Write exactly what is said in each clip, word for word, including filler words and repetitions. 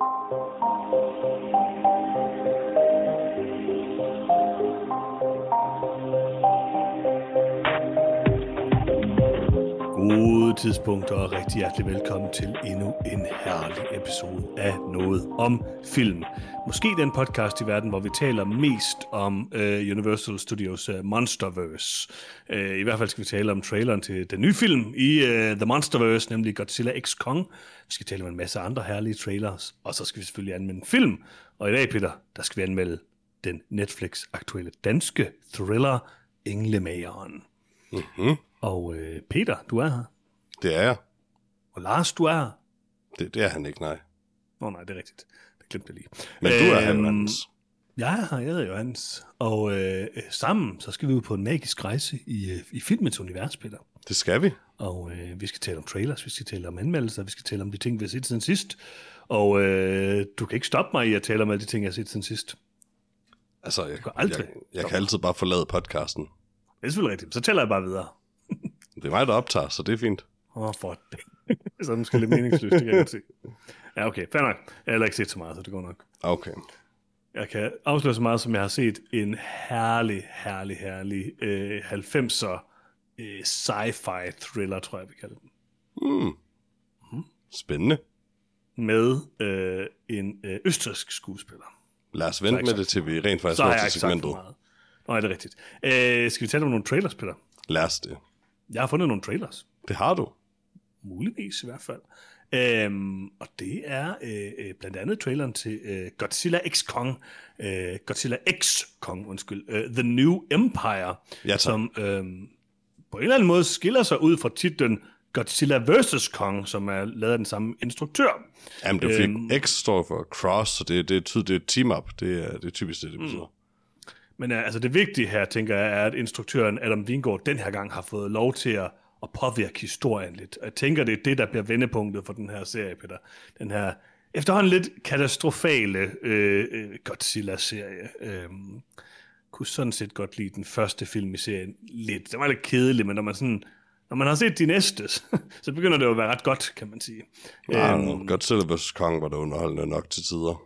Gode tidspunkter og rigtig hjertelig velkommen til endnu en herlig episode af Noget om Film. Måske den podcast i verden, hvor vi taler mest om uh, Universal Studios uh, Monsterverse. Uh, I hvert fald skal vi tale om traileren til den nye film i uh, The Monsterverse, nemlig Godzilla x Kong. Vi skal tale om en masse andre herlige trailers, og så skal vi selvfølgelig anmelde en film. Og i dag, Peter, der skal vi anmelde den Netflix-aktuelle danske thriller Englemageren. Mm-hmm. Og øh, Peter, du er her. Det er jeg. Og Lars, du er her. Det, det er han ikke, nej. Nå nej, det er rigtigt. Det glemte jeg lige. Men du er her, Johannes. Jeg er her, jeg hedder Johannes. Og øh, sammen, så skal vi ud på en magisk rejse i, øh, i filmens univers, Peter. Det skal vi. Og øh, vi skal tale om trailers, vi skal tale om anmeldelser, vi skal tale om de ting, vi har set siden sidst. Og øh, du kan ikke stoppe mig i at tale om alle de ting, jeg har set siden sidst. Altså, jeg, jeg, aldrig jeg, jeg kan altid bare forlade podcasten. Det er selvfølgelig rigtigt. Så tæller jeg bare videre. Det er mig, der optager, så det er fint. Åh, oh, for det. Så er det måske lidt meningsløst, det kan jeg godt se. Ja, okay, fair nok. Jeg har heller ikke set så meget, så det går nok. Okay. Jeg kan afsløre så meget, som jeg har set en herlig, herlig, herlig øh, halvfemser øh, sci-fi thriller, tror jeg, vi kalder den. Mm. Mm. Spændende. Med øh, en øh, østrigsk skuespiller. Lad os vente med det, til vi rent faktisk når til segmentet. Nå, er det rigtigt. Øh, skal vi tale om nogle trailers, Peter? Lad os det. Jeg har fundet nogle trailers. Det har du? Muligvis i hvert fald. Øhm, og det er øh, blandt andet traileren til øh, Godzilla x Kong. Øh, Godzilla x Kong, undskyld. Øh, The New Empire. Ja, som øh, på en eller anden måde skiller sig ud fra titlen Godzilla versus. Kong, som er lavet af den samme instruktør. Jamen, det er øhm, X står for Cross, så det, det, er, ty- det er team-up. Det er, det er typisk det, det betyder. Mm. Men altså det vigtige her, tænker jeg, er, at instruktøren Adam Wingård den her gang har fået lov til at, at påvirke historien lidt. Jeg tænker, det er det, der bliver vendepunktet for den her serie, Peter. Den her efterhånden lidt katastrofale øh, Godzilla-serie. Øh, kunne sådan set godt lide den første film i serien lidt. Det var lidt kedeligt, men når man, sådan, når man har set de næste, så begynder det jo at være ret godt, kan man sige. Nej, øhm, Godzilla versus. Kong var da underholdende nok til tider.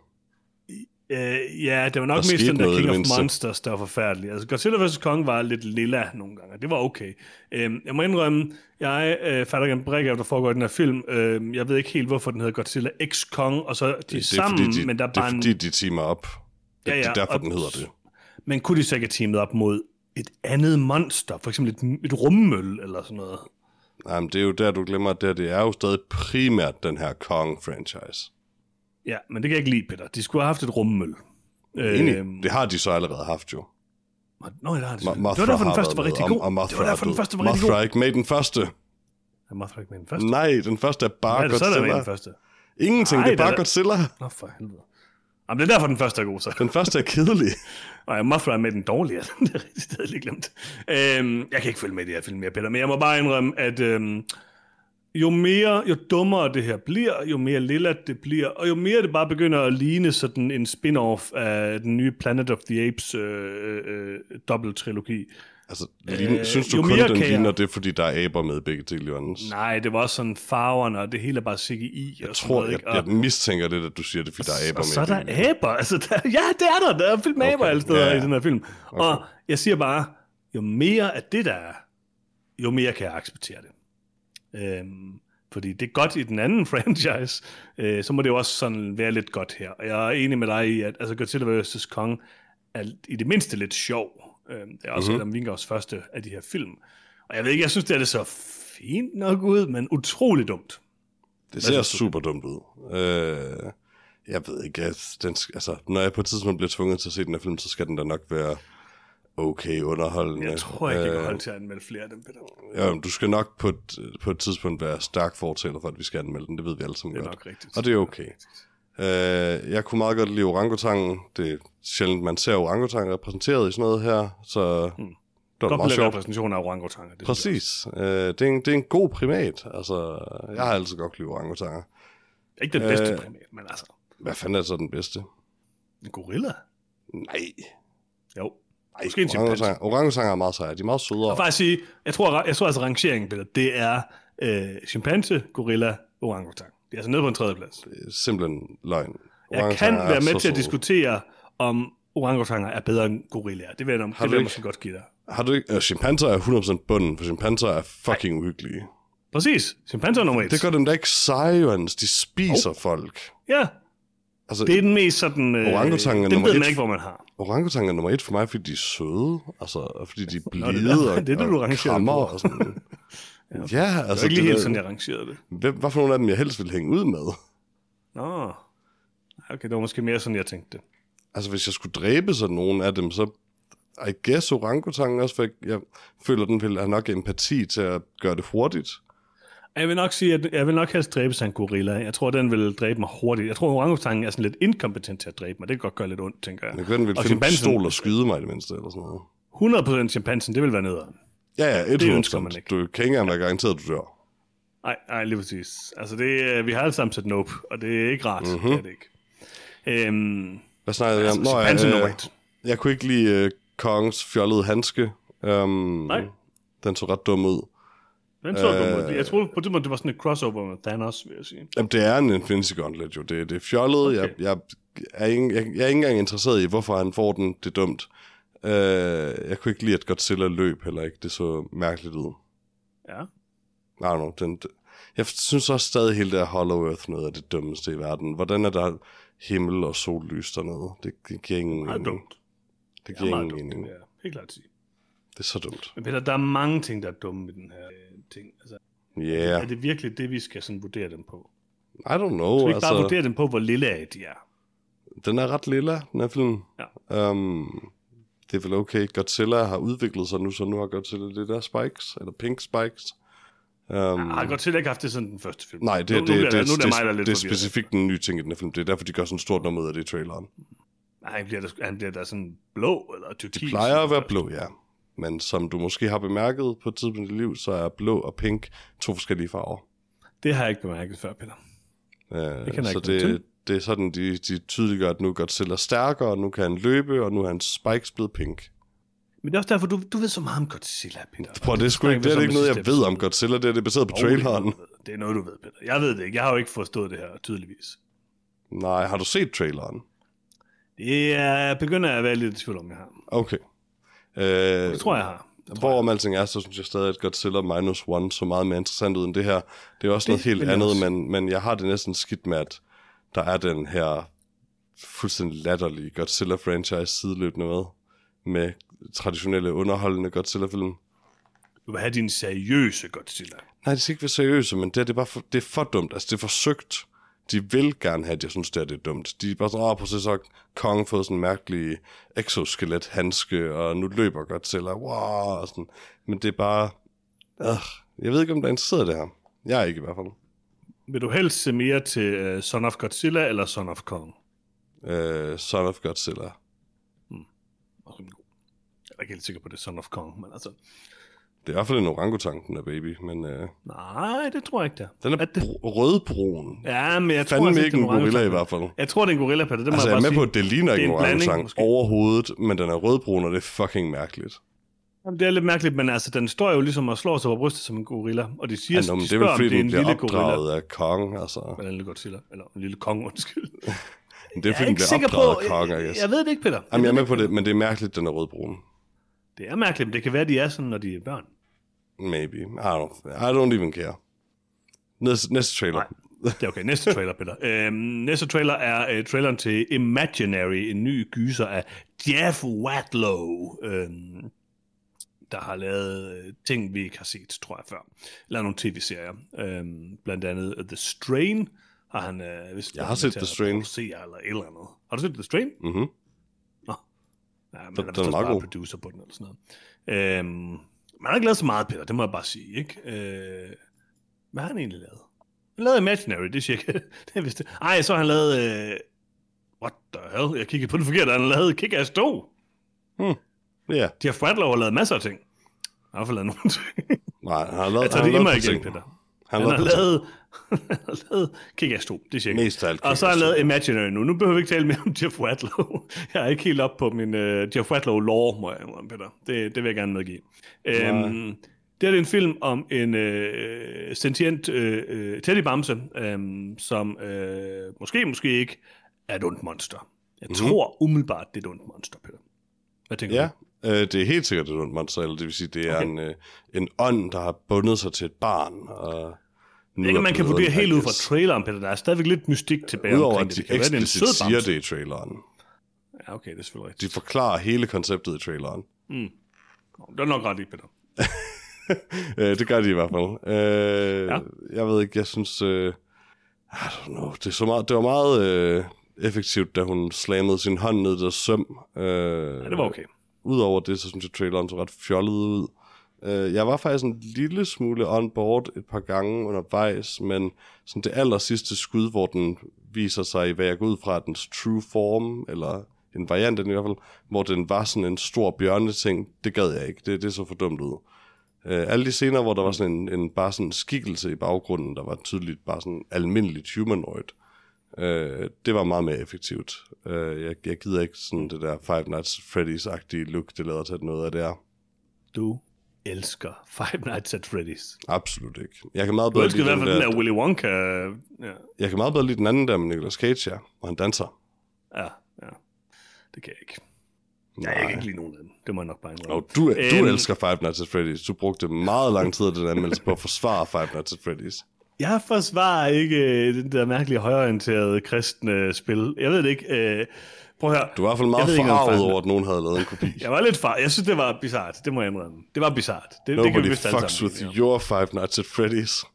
Uh, ja, det var nok der mest den der King of Monsters, der var forfærdelig. Altså, Godzilla versus. Kong var lidt lilla nogle gange, det var okay. Uh, jeg må indrømme, jeg uh, fatter ikke en brik af, der foregår i den her film. Uh, jeg ved ikke helt, hvorfor den hedder Godzilla x Kong, og så de det, det sammen, de, men der er bare en... Det er fordi, de teamer op. Det, ja, ja, det er derfor, og, den hedder det. Men kunne de så ikke have teamet op mod et andet monster, for eksempel et, et rummøl eller sådan noget? Nej, men det er jo der, du glemmer, at det, det er jo stadig primært den her Kong-franchise. Ja, men det kan jeg ikke lide, Peter. De skulle have haft et rummøl. Øhm, det har de så allerede haft, jo. Nå, det har de så. Ma- det var derfor, den første var rigtig god. Og, og det var derfor, den første var rigtig god. Mothra ikke med den første. Er Mothra ikke med den første? Nej, den første er bare Nej, Godzilla. Så er der med den første. Ingenting, Ej, det er bare der... Godzilla. Nå, for helvede. Jamen, det er derfor, den første er god, så. Den første er kedelig. Nej, Mothra er med den dårlige. Det er rigtig stadig glemt. Øhm, jeg kan ikke følge med i det her film mere, Peter, men jeg må bare indrømme, at... Øhm, jo mere, jo dummere det her bliver, jo mere lilla det bliver, og jo mere det bare begynder at ligne sådan en spin-off af den nye Planet of the Apes øh, øh, dobbelt-trilogi. Altså, ligne, øh, synes du kun, den ligner jeg... det, fordi der er aber med begge til, Johannes? Nej, det var også sådan farverne, og det hele er bare C G I. Jeg og tror, noget, jeg, jeg mistænker det, at du siger det, fordi der er aber og med. så er der aber, altså der, ja, det er der, der er fyldt med okay. aber alle steder ja, ja. i den her film. Okay. Og jeg siger bare, jo mere af det der er, jo mere kan jeg acceptere det. Øhm, Fordi det er godt i den anden franchise, øh, så må det jo også sådan være lidt godt her. Og jeg er enig med dig i, at altså, Godzilla versus. Kong er i det mindste lidt sjov. Øh, det er også mm-hmm. Adam Wingårds første af de her film. Og jeg ved ikke, jeg synes, det er det så fint nok ud, men utrolig dumt. Det ser super dumt ud. Øh, jeg ved ikke, at den, altså, når jeg på et tidspunkt bliver tvunget til at se den her film, så skal den da nok være... okay underholdende. Jeg tror ikke, jeg kan holde til at anmelde flere af dem, Peter. Ja, du skal nok på et, på et tidspunkt være stærk fortæller for, at vi skal anmelde den. Det ved vi alle sammen godt. Det er godt. Nok rigtigt. Og det er okay. Uh, jeg kunne meget godt lide orangutangen. Det er sjældent, man ser orangutangen repræsenteret i sådan noget her, så hmm. det var godt meget sjovt. Repræsentation af orangutanger. Det præcis. Uh, det, er en, det er en god primat. Altså, jeg har altid godt lide orangutanger. Ikke den bedste uh, primat, men altså... Hvad fanden er så den bedste? En gorilla? Nej. Jo. Ej, orangutanger, orangutanger er meget seje. De er meget sødere. Jeg, faktisk sige, jeg, tror, jeg tror altså rangeringen, Peter, det er øh, chimpanse, gorilla, orangutang. Det Vi er altså nede på en tredjeplads. Det er simpelthen løgn. Jeg kan være med til at diskutere, om orangutanger er bedre end gorillaer. Det vil jeg, det vil jeg måske godt give dig. Har du ikke... Uh, chimpanser er hundrede procent bunden, for chimpanser er fucking Ej. uhyggelige. Præcis. Chimpanser er nummer et. Det gør dem da ikke seje, Johannes. De spiser oh. folk. Ja. Altså, det er den mest sådan... Øh, orangutangen den ved man et, ikke, hvor man har. Orangutangen er nummer et for mig, fordi de er søde. Altså, fordi de er blide Nå, det, og, det, det, og krammer og sådan. ja, ja, altså... Det er ikke lige helt sådan, jeg rangerede det. Hvem, hvad for nogle af dem, jeg helst vil hænge ud med? Nå. Okay, det var måske mere sådan, jeg tænkte det. Altså, hvis jeg skulle dræbe sådan nogen af dem, så... I guess orangutangen også, for jeg, jeg føler, den vil have nok empati til at gøre det hurtigt. Jeg vil nok sige, at jeg vil nok helst dræbe sig en gorilla. Jeg tror, den vil dræbe mig hurtigt. Jeg tror, orangutangen er sådan lidt inkompetent til at dræbe mig. Det kan godt gøre lidt ondt, tænker jeg. Jeg kan vil finde pistol og skyde mig i det mindste, eller sådan noget. hundrede procent chimpansen, det vil være nederen. Ja, ja, et hundrede procent. Du kan ikke engang være garanteret, at du dør. Nej, nej, lige præcis. Altså, det, vi har alle sammen set Nope, og det er ikke rart. Mm-hmm. Det er det ikke. Øhm, Hvad snakker jeg om? Altså, chimpansen nummer et. Jeg kunne ikke lide uh, Kongs fjollede handske. Um, nej. Den så ret dum ud. Den så uh, dum ud. Jeg troede på det måde, det var sådan et crossover med Thanos, vil jeg sige. Jamen, det er en Infinity Gauntlet jo. Det, det er fjollet. Okay. Jeg, jeg, er ikke, jeg, jeg er ikke engang interesseret i, hvorfor han får den. Det er dumt. Uh, jeg kunne ikke lide, at Godzilla løb heller ikke. Det så mærkeligt ud. Ja. Nej, no, den, jeg synes også stadig helt det her Hollow Earth noget af det dummeste i verden. Hvordan er der himmel og sollys dernede? Det, det giver ingen mening. Det er dumt. Det giver ingen mening. Det er helt klart at sige. Det er så dumt. Men Peter, der er mange ting, der er dumme ved den her øh, ting. Altså, yeah. Er det virkelig det, vi skal sådan vurdere dem på? I don't know. Skal vi ikke altså, bare vurdere dem på, hvor lille af de er? Den er ret lille, den her film. Ja. Um, det er vel okay. Godzilla har udviklet sig nu, så nu har Godzilla det der spikes, eller pink spikes. Um, har Godzilla ikke haft det sådan den første film? Nej, det, nu, det, nu det, det, det, nu er det, det, mig, det er specifikt en ny ting i den her film. Det er derfor, de gør sådan et stort nummer ud af det i traileren. Nej, han bliver, der, han bliver der sådan blå, eller turkis. De plejer at være blå, ja. Men som du måske har bemærket på et tidspunkt i dit liv, så er blå og pink to forskellige farver. Det har jeg ikke bemærket før, Peter. Uh, det så det, det er sådan, de, de tydeliggør, at nu er Godzilla stærkere, og nu kan han løbe, og nu er hans spikes blevet pink. Men det er også derfor, du, du ved så meget om Godzilla, Peter. Prøv, det er sgu ikke, det er ikke noget, jeg ved om Godzilla. Det er det baseret på oh, traileren. Det er noget, du ved, Peter. Jeg ved det ikke. Jeg har jo ikke forstået det her, tydeligvis. Nej, har du set traileren? Det er begynder jeg at være lidt i tvivl om, jeg har. Okay. Øh, det tror jeg, jeg har. Hvorom alting er, så synes jeg stadig, at Godzilla Minus One så meget mere interessant ud end det her. Det er også det noget helt andet, men, men jeg har det næsten skidt med, at der er den her fuldstændig latterlige Godzilla-franchise sideløbende med, med traditionelle underholdende Godzilla-film. Du vil have din seriøse Godzilla. Nej, det skal ikke være seriøse, men det er, det er bare for, det er for dumt. Altså, det er forsøgt. De vil gerne have, at jeg synes, det er, det er dumt. De er bare sådan, åh, præcis så Kong fået sådan en mærkelig exoskelet-handske, og nu løber Godzilla, wow, og sådan. Men det er bare, øh, jeg ved ikke, om der er interesseret i det her. Jeg er ikke i hvert fald. Vil du helst se mere til uh, Son of Godzilla eller Son of Kong? Uh, Son of Godzilla. Hmm. Jeg er ikke helt sikker på det, Son of Kong, men altså... Det er i hvert fald en orangutang, den der baby, men... Uh... Nej, det tror jeg ikke, der. Den er, er det... br- rødbrun. Ja, men jeg Fanden tror... ikke en gorilla i hvert fald. Jeg tror, det er en gorilla, Peter. Det altså, jeg er med sige. på, at det ligner det ikke en orangutang overhovedet, men den er rødbrun, og det er fucking mærkeligt. Jamen, det er lidt mærkeligt, men altså, den står jo ligesom og slår sig på brystet som en gorilla, og de siger, ja, nå, de det er vel fordi, det er den bliver opdraget af Kong, altså. Eller en lille Godzilla, eller en lille Kong, undskyld. Det er fordi, den bliver opdraget af Kong, jeg, jeg ved det ikke, Peter. Jamen, jeg er med på det, men det er mærkeligt, den er rødbrun. Det er mærkeligt, men det kan være, de er sådan, når de er børn. Maybe. I don't, I don't even care. Næste, næste trailer. Nej, det er okay. Næste trailer, Peter. Øhm, næste trailer er uh, traileren til Imaginary, en ny gyser af Jeff Wadlow, øhm, der har lavet uh, ting, vi ikke har set, tror jeg, før. Lavet nogle tv-serier. Øhm, blandt andet uh, The Strain har han... Uh, hvis jeg har set The Strain. Eller et eller andet. Har du set The Strain? Mhm. Nå. Ja, men den, der er den er meget god. Producer på den, eller sådan noget. Øhm... Man har ikke lavet så meget, Peter, det må jeg bare sige, ikke? Øh, hvad har han egentlig lavet? Han lavede Imaginary, det siger jeg. Det vidste jeg. Ej, så har han lavet... Øh, what the hell? Jeg kiggede på det forkert. Han har lavet Kick-Ass to. Hmm. Yeah. Jeff Wadlow har lavet masser af ting. Han har i hvert fald lavet nogle ting. Nej, han har lavet... Jeg tager det i mig igen, Peter. Han, han har lavet, har lavet Kick-Ass to, det siger jeg. Mest alt og så har han lavet Imaginary nu. Nu behøver vi ikke tale mere om Jeff Wadlow. Jeg er ikke helt op på min uh, Jeff Wadlow lore, må jeg, Peter. Det, det vil jeg gerne medgive. Øhm, Det er en film om en øh, sentient øh, teddybamse, øh, som øh, måske, måske ikke er et ondt monster. Jeg mm-hmm. tror umiddelbart, det er et ondt monster, Peter. Hvad tænker ja, du? Øh, det er helt sikkert et ondt monster, eller det vil sige, det er okay. en, øh, en ånd, der har bundet sig til et barn. Og det ikke, man kan vurdere helt ud fra traileren, Peter. Der er stadigvæk lidt mystik tilbage Udover omkring at det. de eksplicit siger det i traileren. Ja, okay, det er selvfølgelig rigtigt. De forklarer hele konceptet i traileren. Mm. Det er nok ret i, Peter. Det gør de i hvert fald. Øh, ja. Jeg ved ikke, jeg synes... Øh, I don't know, det, er så meget, det var meget øh, effektivt, da hun slammede sin hånd ned der søm. Øh, ja, det var okay. Udover det, så synes jeg, traileren så ret fjollet ud. Øh, jeg var faktisk en lille smule on board et par gange undervejs, men sådan det aller sidste skud, hvor den viser sig i, hvad jeg går ud fra, dens true form, eller en variant i hvert fald, hvor den var sådan en stor bjørneting, det gad jeg ikke. Det, det så for dumt ud. Uh, alle de scener, hvor der var sådan en, en bare sådan skikkelse i baggrunden, der var tydeligt bare sådan almindeligt humanoid, uh, det var meget mere effektivt. Uh, jeg, jeg gider ikke sådan det der Five Nights at Freddy's-agtige look, det lader til noget af det her. Du elsker Five Nights at Freddy's. Absolut ikke. Jeg kan meget bedre lide den, den der Willy Wonka. Ja. Jeg kan meget bedre lide den anden der med Nicolas Cage, ja, hvor han danser. Ja, ja. Det kan jeg ikke. Nej, jeg kan ikke lide nogen af dem. Det må jeg nok bare indrømme. Oh, du du um, elsker Five Nights at Freddy's. Du brugte meget lang tid af den anmeldelse på at forsvare Five Nights at Freddy's. Jeg forsvarer ikke den der mærkelige højorienterede kristne spil. Jeg ved det ikke. Uh, prøv at høre. Du var i hvert fald meget forarvet over, at nogen havde lavet en kopi. Jeg var lidt far. Jeg synes, det var bizart. Det må jeg indrømme. Det var bizart. Det, Nobody det kan vi fucks with ja. your Five Nights at Freddy's.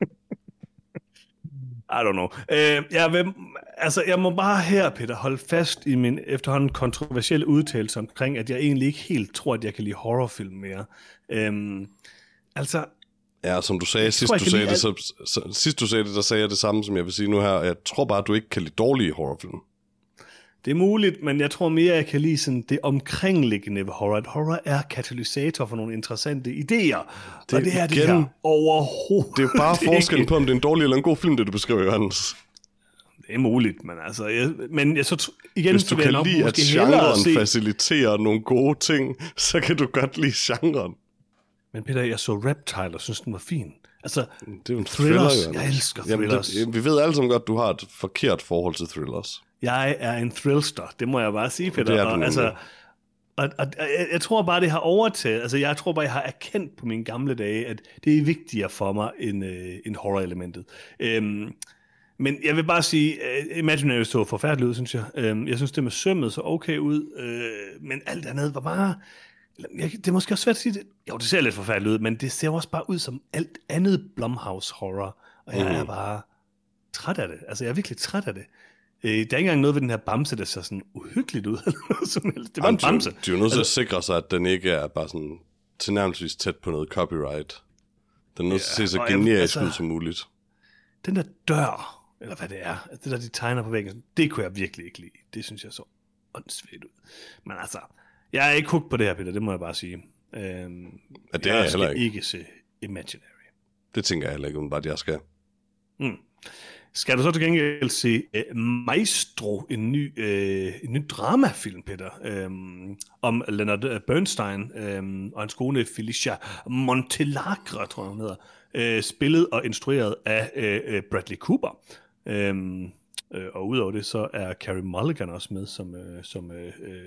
I don't know. Uh, jeg, vil, altså, jeg må bare her, Peter, holde fast i min efterhånden kontroversielle udtalelse omkring, at jeg egentlig ikke helt tror, at jeg kan lide horrorfilm mere. Um, altså... Ja, som du sagde, sidst, tror, du sagde det, så, så, sidst du sagde det, der sagde jeg det samme, som jeg vil sige nu her. Jeg tror bare, at du ikke kan lide dårlige horrorfilm. Det er muligt, men jeg tror mere, jeg kan lide sådan det omkringliggende ved horror. At horror er katalysator for nogle interessante idéer. Det, og det er det her overhovedet. Det er bare forskellen på, om det er en dårlig eller en god film, det du beskriver, Johannes. Det er muligt, men altså... Jeg, men jeg så igen... Hvis du kan lide, at genren se... faciliterer nogle gode ting, så kan du godt lide genren. Men Peter, jeg så Reptile og synes, den var fin. Altså, det er jo en thrillers. Thriller, jeg elsker thrillers. Jamen, det, vi ved alle sammen godt, du har et forkert forhold til thrillers. Jeg er en thrillster, det må jeg bare sige, Peter. Det er og, altså, og, og, og jeg, jeg tror bare, det har overtaget. Altså, jeg tror bare, jeg har erkendt på mine gamle dage, at det er vigtigere for mig end, øh, end horror-elementet. Øhm, men jeg vil bare sige, uh, Imaginary så forfærdeligt ud, synes jeg. Øhm, jeg synes, det med sømmet så okay ud, øh, men alt andet var bare... Jeg, det er måske også svært at sige det. Jo, det ser lidt forfærdeligt ud, men det ser også bare ud som alt andet Blumhouse horror. Og jeg mm. er bare træt af det. Altså, jeg er virkelig træt af det. Øh, der er ikke engang noget ved den her bamse, der ser sådan uhyggeligt ud. Det var Jamen, en bamse. De, de er jo nødt til altså, at sikre sig, at den ikke er bare sådan tilnærmelsesvis tæt på noget copyright. Den er nødt til ja, at se så generisk altså, ud som muligt. Den der dør, eller hvad det er, det der de tegner på væggen, det kunne jeg virkelig ikke lide. Det synes jeg så åndssvagt ud. Men altså... Jeg er ikke hooked på det her, Peter, det må jeg bare sige. Øhm, ja, det er jeg, jeg skal ikke. ikke se Imaginary. Det tænker jeg heller ikke, umiddelbart, jeg skal. Mm. Skal du så til gengæld se uh, Maestro, en ny, uh, en ny dramafilm, Peter, um, om Leonard Bernstein um, og hans kone Felicia Montelacre, tror jeg hun hedder, uh, spillet og instrueret af uh, Bradley Cooper. Um, Uh, og udover det, så er Carey Mulligan også med som... Uh, som, uh,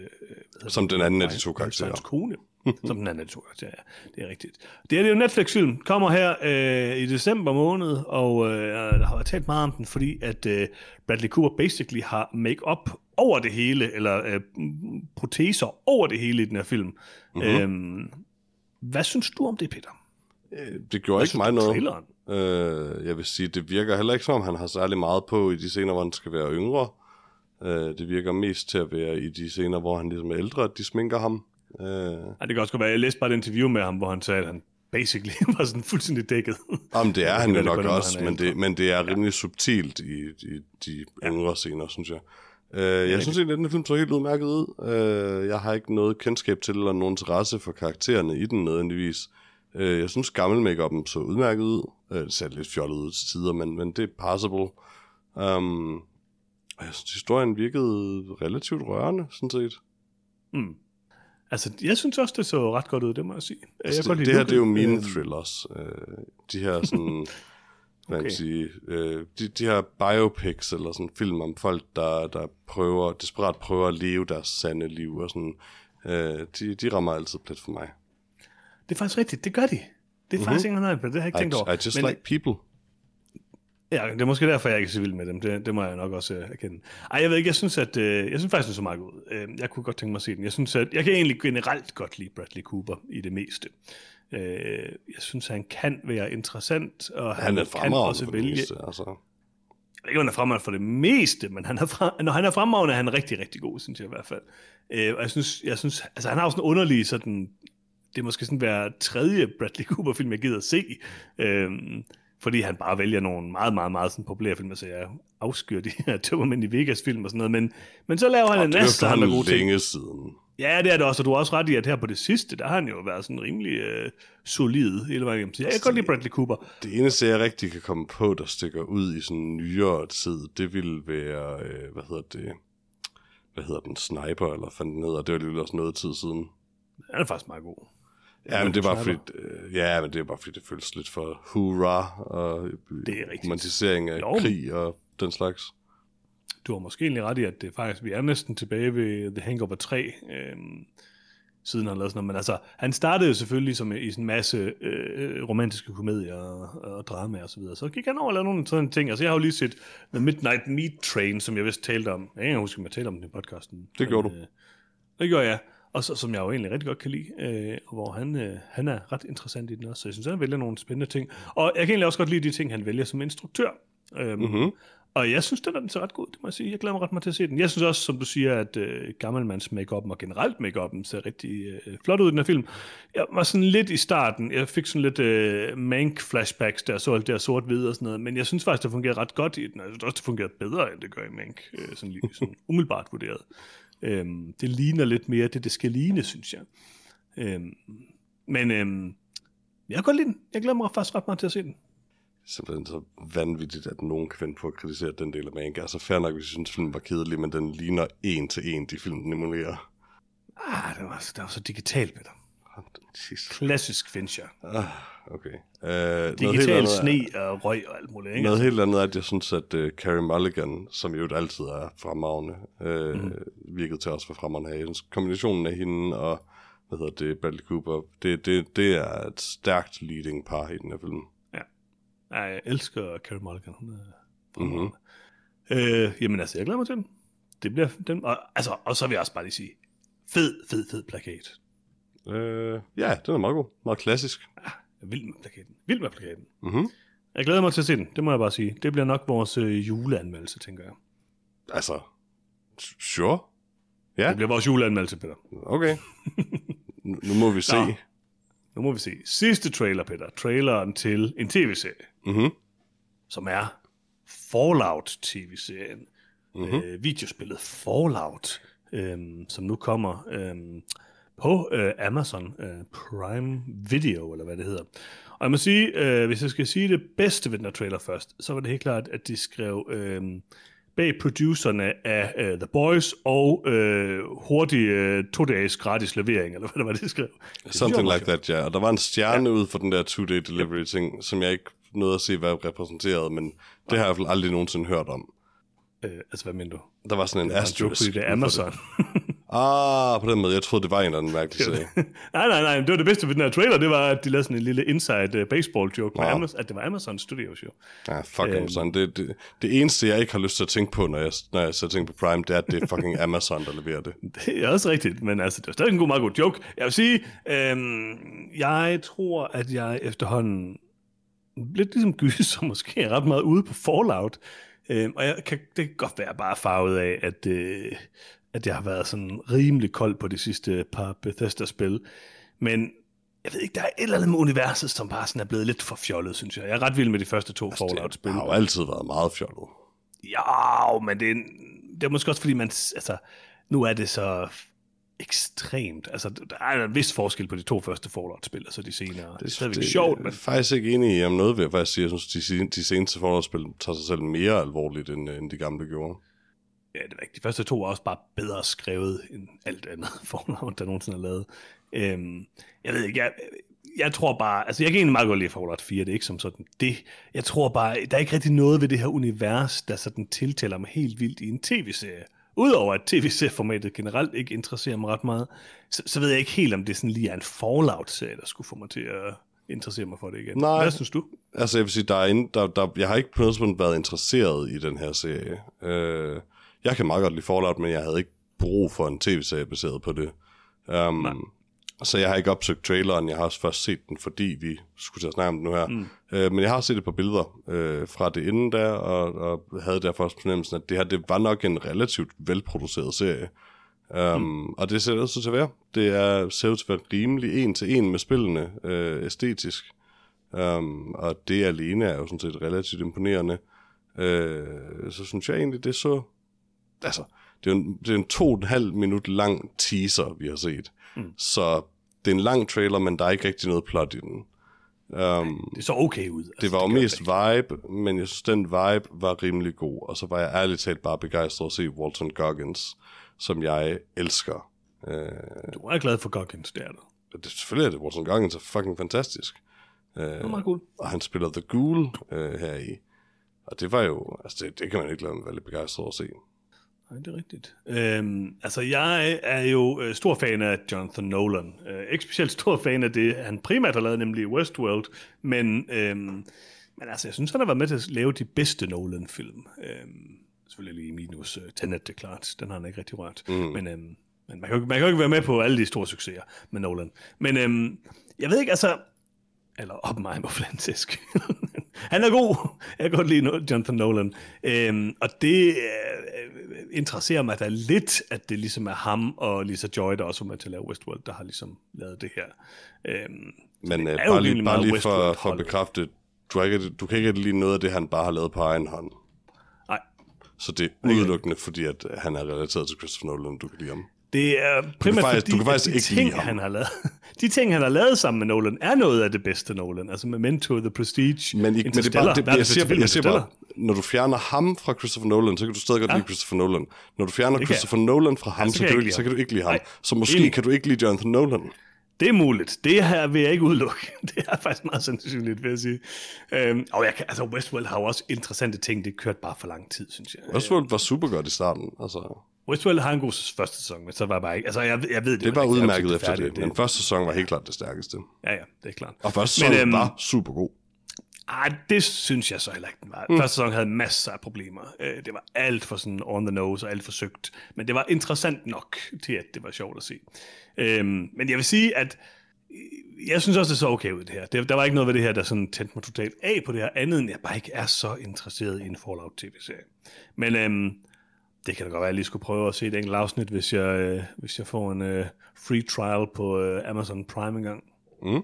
uh, som den anden af de to karakterer. Kone. Som den anden af de to karakterer, ja. Det er rigtigt. Det er det jo Netflix-film. Kommer her uh, i december måned, og uh, der har talt meget om den, fordi at uh, Bradley Cooper basically har make-up over det hele, eller uh, proteser over det hele i den her film. Mm-hmm. Uh, hvad synes du om det, Peter? Det gjorde hvad ikke mig noget. Uh, jeg vil sige, det virker heller ikke som, han har særlig meget på i de scener, hvor han skal være yngre. Uh, det virker mest til at være i de scener, hvor han ligesom er ældre, at de sminker ham. Uh... Ja, det kan også være, jeg læste bare et interview med ham, hvor han sagde, at han basically var sådan fuldstændig dækket. Jamen, det er han jo nok det, også, men det, men det er rimelig ja. subtilt i, i de yngre ja. scener, synes jeg. Uh, jeg ja, synes egentlig, at den film så helt udmærket ud. Uh, jeg har ikke noget kendskab til, eller nogen interesse for karaktererne i den nødvendigvis. Jeg synes, gammel make-up'en så udmærket ud. Det ser lidt fjollet ud til tider, men, men det er passable. Um, og jeg synes, historien virkede relativt rørende, sådan set. Mm. Altså, jeg synes også, det så ret godt ud, det må jeg sige. Altså, jeg det, det her, det er jo mine thrillers. Øh, de her sådan, hvad okay. man sige, øh, de, de her biopics, eller sådan film om folk, der, der prøver, desperat prøver at leve deres sande liv, og sådan, øh, de, de rammer altid plet for mig. Det er faktisk rigtigt, det gør de. Det er mm-hmm. faktisk ikke noget, det har jeg ikke tænkt over. I just Men, like people. Ja, det er måske derfor, jeg ikke er så vild med dem. Det, det må jeg nok også uh, erkende. Ej, jeg ved ikke, jeg synes, at, uh, jeg synes faktisk, det er så meget godt ud. Uh, jeg kunne godt tænke mig at se den. Jeg synes, at jeg kan egentlig generelt godt lide Bradley Cooper i det meste. Uh, jeg synes, han kan være interessant, og han, han er kan også vælge. Meste, altså. Jeg ved ikke, om han er fremragende for det meste, men han er fra, når han er fremragende, er han rigtig, rigtig god, synes jeg i hvert fald. Uh, og jeg synes, jeg synes, altså han har jo sådan en underlig sådan, det er måske sådan hver tredje Bradley Cooper-film, jeg gider at se. Uh, Fordi han bare vælger nogle meget, meget, meget sådan populære film. Altså, jeg afskyr de her Tømmermænd i Vegas-film og sådan noget. Men, men så laver han og en næste andre gode ting. Længe siden. Ja, det er det også. Og du har også ret i, at her på det sidste, der har han jo været sådan rimelig øh, solid hele vejen igennem. Så jeg kan godt lide Bradley Cooper. Det eneste, jeg rigtig kan komme på, der stikker ud i sådan en nyere tid, det ville være, øh, hvad hedder det, hvad hedder den, Sniper, eller fandt ned, og det var lige også noget tid siden. Han er faktisk meget god. Ja, men det er bare fordi, øh, ja, men det er bare fordi, det føles lidt for hurra og romantisering af jo. Krig og den slags. Du har måske egentlig ret i, at det faktisk, vi er næsten tilbage ved The Hangover tre, øh, siden han lavede sådan noget. Men altså, han startede jo selvfølgelig som i sådan en masse øh, romantiske komedier og, og drama og så videre. Så gik han over og lavede nogle sådan ting. Altså, jeg har jo lige set The Midnight Meat Train, som jeg vist talte om. Jeg kan ikke huske, om jeg talte om den i podcasten. Det gjorde men, du. Øh, det gjorde jeg. Og så, som jeg jo egentlig rigtig godt kan lide, øh, og hvor han, øh, han er ret interessant i den også. Så jeg synes, han vælger nogle spændende ting. Og jeg kan egentlig også godt lide de ting, han vælger som instruktør. Øhm, mm-hmm. Og jeg synes, den er den så ret god, det må jeg sige. Jeg glæder mig ret meget til at se den. Jeg synes også, som du siger, at øh, gammelmands make-up og generelt make-up'en ser rigtig øh, flot ud i den her film. Jeg var sådan lidt i starten, jeg fik sådan lidt øh, Mank-flashbacks, der så alt der sort-hvide og sådan noget, men jeg synes faktisk, det fungerer ret godt i den. Jeg synes også, det fungerer bedre, end det gør i Mank, øh, sådan lige sådan umiddelbart vurderet. Øhm, det ligner lidt mere det, det skal ligne, synes jeg. Øhm, men øhm, jeg kan godt lide den. Jeg glæder mig faktisk ret meget til at se den. Simpelthen så vanvittigt, at nogen kan finde på at kritisere den del af Mank. Altså fair nok, hvis jeg synes, filmen var kedelig, men den ligner en til en, de film, den emulerer. Ah, det var, det var så digitalt med dig. Klassisk Fincher. Ah, okay. Uh, Digital sne og røg og alt muligt. Ikke? Noget helt andet er, at jeg synes, at uh, Carey Mulligan, som jo altid er fremragende, uh, mm. virkede til os for fremragende her. Kombinationen af hende og, hvad hedder det, Bradley Cooper, det, det, det er et stærkt leading par i den her film. Ja. ja jeg elsker Carey Mulligan. Hun er fremragende. Mm-hmm. Uh, jamen altså, jeg glæder mig til den. Det bliver den. Og, altså, og så vil jeg også bare lige sige, fed, fed, fed plakat. Uh, ja, den er meget god. Meget klassisk. Ja, vild med plakaten. Vild med plakaten. Mm-hmm. Jeg glæder mig til at se den, det må jeg bare sige. Det bliver nok vores øh, juleanmeldelse, tænker jeg. Altså, sure. Ja. Det bliver vores juleanmeldelse, Peter. Okay. nu, nu må vi se. Nå. Nu må vi se. Sidste trailer, Peter. Traileren til en tv-serie. Mm-hmm. Som er Fallout-tv-serien. Mm-hmm. Øh, videospillet Fallout. Øh, som nu kommer... Øh, på øh, Amazon øh, Prime Video, eller hvad det hedder. Og jeg må sige, øh, hvis jeg skal sige det bedste ved den her trailer først, så var det helt klart, at de skrev øh, bag producerne af øh, The Boys og øh, hurtig øh, to-dages gratis levering, eller hvad det var, de skrev. Det Something like that, ja. Og der var en stjerne ja. ud for den der two-day delivery-ting, som jeg ikke nåede at se, hvad repræsenteret, men det har jeg i hvert fald aldrig nogensinde hørt om. Øh, altså, hvad mener du? Der var sådan en asterisk. Det er Amazon. Ah, på den måde. Jeg troede, det var en eller anden mærkelig serie. nej, nej, nej. Det var det bedste ved den her trailer. Det var, at de lavede sådan en lille inside uh, baseball joke med Amazon, at det var Amazon Studios jo. Ja, fuck um, Amazon. Det, det, det eneste, jeg ikke har lyst til at tænke på, når jeg, når jeg så tænker på Prime, det er, at det er fucking Amazon, der leverer det. Det er også rigtigt, men altså, det var stadig en god, meget god joke. Jeg vil sige, øhm, jeg tror, at jeg efterhånden lidt ligesom gyser måske er ret meget ude på Fallout. Øhm, og jeg kan, det kan godt være bare farvet af, at... Øh, at jeg har været sådan rimelig kold på de sidste par Bethesda-spil. Men jeg ved ikke, der er et eller andet med universet, som bare sådan er blevet lidt for fjollet, synes jeg. Jeg er ret vild med de første to altså, Fallout-spil. Det har jo altid været meget fjollet. Ja, men det er, det er måske også, fordi man... Altså, nu er det så ekstremt. Altså, der er en vis forskel på de to første Fallout-spil, altså de senere. Det er stadigvæk det, sjovt, men... Jeg er faktisk ikke enig i om noget, vil jeg faktisk sige. Jeg synes, de, de seneste Fallout-spil tager sig selv mere alvorligt, end, end de gamle gjorde. Ja, det er rigtigt. De første to er også bare bedre skrevet end alt andet Fallout, der nogensinde er lavet. Øhm, jeg ved ikke, jeg, jeg tror bare, altså jeg kan egentlig meget godt lide Fallout fire, det er ikke som sådan det. Jeg tror bare, der er ikke rigtig noget ved det her univers, der sådan tiltaler mig helt vildt i en tv-serie. Udover at tv-serieformatet generelt ikke interesserer mig ret meget, så, så ved jeg ikke helt, om det sådan lige er en Fallout-serie, der skulle få mig til at interessere mig for det igen. Nej. Hvad synes du? Altså jeg vil sige, der er en, der, der, jeg har ikke på noget tidspunkt været interesseret i den her serie. Øh, jeg kan meget godt lide Fallout, men jeg havde ikke brug for en tv-serie baseret på det. Um, så jeg har ikke opsøgt traileren, jeg har også først set den, fordi vi skulle til at snakke om den nu her. Mm. Øh, men jeg har set et par billeder øh, fra det inden der, og, og havde derfor også fornemmelsen, at det her det var nok en relativt velproduceret serie. Um, mm. Og det ser det også til at være. Det er, ser ud til at være rimelig en til en med spillene øh, æstetisk. Um, og det alene er jo sådan set relativt imponerende. Uh, så synes jeg egentlig, det så... Altså, det er en, det er en to og en halv minut lang teaser, vi har set. Mm. Så det er en lang trailer, men der er ikke rigtig noget plot i den. Um, det så okay ud. Altså, det var jo mest vibe, men jeg synes, den vibe var rimelig god. Og så var jeg ærligt talt bare begejstret at se Walton Goggins, som jeg elsker. Uh, du er glad for Goggins, det er du. Det, selvfølgelig er det. Walton Goggins er fucking fantastisk. Uh, det er meget cool. Og han spiller The Ghoul uh, her i. Og det var jo... Altså, det, det kan man ikke lade mig være lidt begejstret at se. Nej, det er rigtigt. Øhm, altså, jeg er jo øh, stor fan af Jonathan Nolan. Øh, ikke specielt stor fan af det, han primært har lavet, nemlig Westworld. Men, øhm, men altså, jeg synes, han har været med til at lave de bedste Nolan-film. Øhm, selvfølgelig lige minus uh, Tenet, det er klart. Den har han ikke rigtig rørt. Mm. Men, øhm, men man, kan jo, man kan jo ikke være med på alle de store succeser med Nolan. Men øhm, jeg ved ikke, altså... Eller Oppenheimer flantisk. Han er god. Jeg kan godt lide Jonathan Nolan. Øhm, og det øh, interesserer mig da lidt, at det ligesom er ham og Lisa Joy, der også var med til at lave Westworld, der har ligesom lavet det her. Øhm, Men øh, bare lige, bare lige for, for at bekræfte, du, ikke, du kan ikke lide noget af det, han bare har lavet på egen hånd. Nej. Så det er udelukkende, fordi at han er relateret til Christopher Nolan, du kan lide ham. Det er primært faktisk, fordi, du kan faktisk de ikke ting, han har lavet, de ting, han har lavet sammen med Nolan, er noget af det bedste Nolan. Altså Memento, The Prestige, men, ikke, men det er bare, det, jeg siger, jeg siger bare, når du fjerner ham fra Christopher Nolan, så kan du stadig godt ja. lide Christopher Nolan. Når du fjerner det Christopher kan. Nolan fra ham, ja, så, så, kan du, så kan du ikke lide ham. Nej. Så måske Enig. kan du ikke lide Jonathan Nolan. Det er muligt. Det her vil jeg ikke udelukke. Det er faktisk meget sandsynligt, vil jeg sige. Øhm, og jeg kan, altså Westworld har jo også interessante ting. Det kørte bare for lang tid, synes jeg. Westworld var super godt i starten. Altså... Westworld har en god første sæson, men så var bare ikke... Altså, jeg, jeg ved det. Det var udmærket efter det, men første sæson var helt klart det stærkeste. Ja, ja, det er klart. Og første sæson øhm, var super god. Ej, det synes jeg så heller ikke, den var. Mm. Første sæson havde masser af problemer. Det var alt for sådan on the nose og alt for søgt. Men det var interessant nok til, at det var sjovt at se. Øhm, men jeg vil sige, at jeg synes også, det så okay ud, det her. Det, der var ikke noget ved det her, der sådan tændte mig totalt af på det her, andet end jeg bare ikke er så interesseret i en Fallout-tv-serie. Men øhm, det kan da godt være, at jeg lige skulle prøve at se et enkelt afsnit, hvis jeg, øh, hvis jeg får en øh, free trial på øh, Amazon Prime engang. Mm.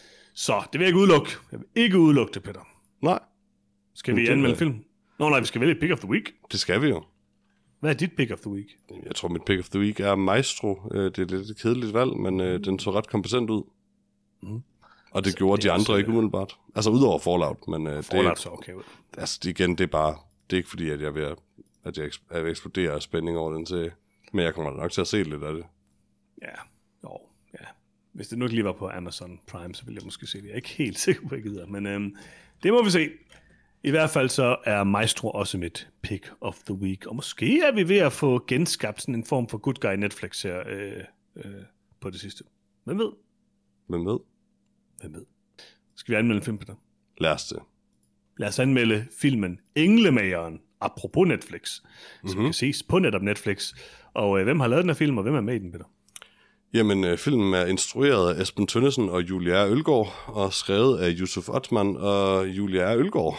Så det vil jeg ikke udelukke. Jeg vil ikke udelukke det, Peter. Nej. Skal vi anmelde film? Nå nej, vi skal vælge et pick of the week. Det skal vi jo. Hvad er dit pick of the week? Jeg tror, mit pick of the week er Maestro. Det er lidt et kedeligt valg, men øh, den så ret kompetent ud. Mm. Og det så gjorde det de andre også, ikke umiddelbart. Altså udover Fallout. Men, øh, Fallout det, så okay ud. Altså igen, det er bare... Det er ikke fordi, at jeg vil, at jeg er ved eksplodere af spænding over den serie. Men jeg kommer nok til at se lidt af det. Ja, jo, ja. Hvis det nu ikke lige var på Amazon Prime, så ville jeg måske se det. Jeg er ikke helt sikker på, at jeg gider. Men øhm, det må vi se. I hvert fald så er Maestro også mit pick of the week. Og måske er vi ved at få genskabt sådan en form for good guy Netflix her øh, øh, på det sidste. Hvem ved? Hvem ved? Hvem ved? Skal vi anmelde en film, Peter? Lad os det. Lad os anmelde filmen Englemageren, apropos Netflix, mm-hmm. som kan ses på netop Netflix. Og øh, hvem har lavet den her film, og hvem er med i den, Peter? Jamen, øh, filmen er instrueret af Esben Tønnesen og Julia R. Ølgaard, og skrevet af Yusuf Othman og Julia R. Ølgaard.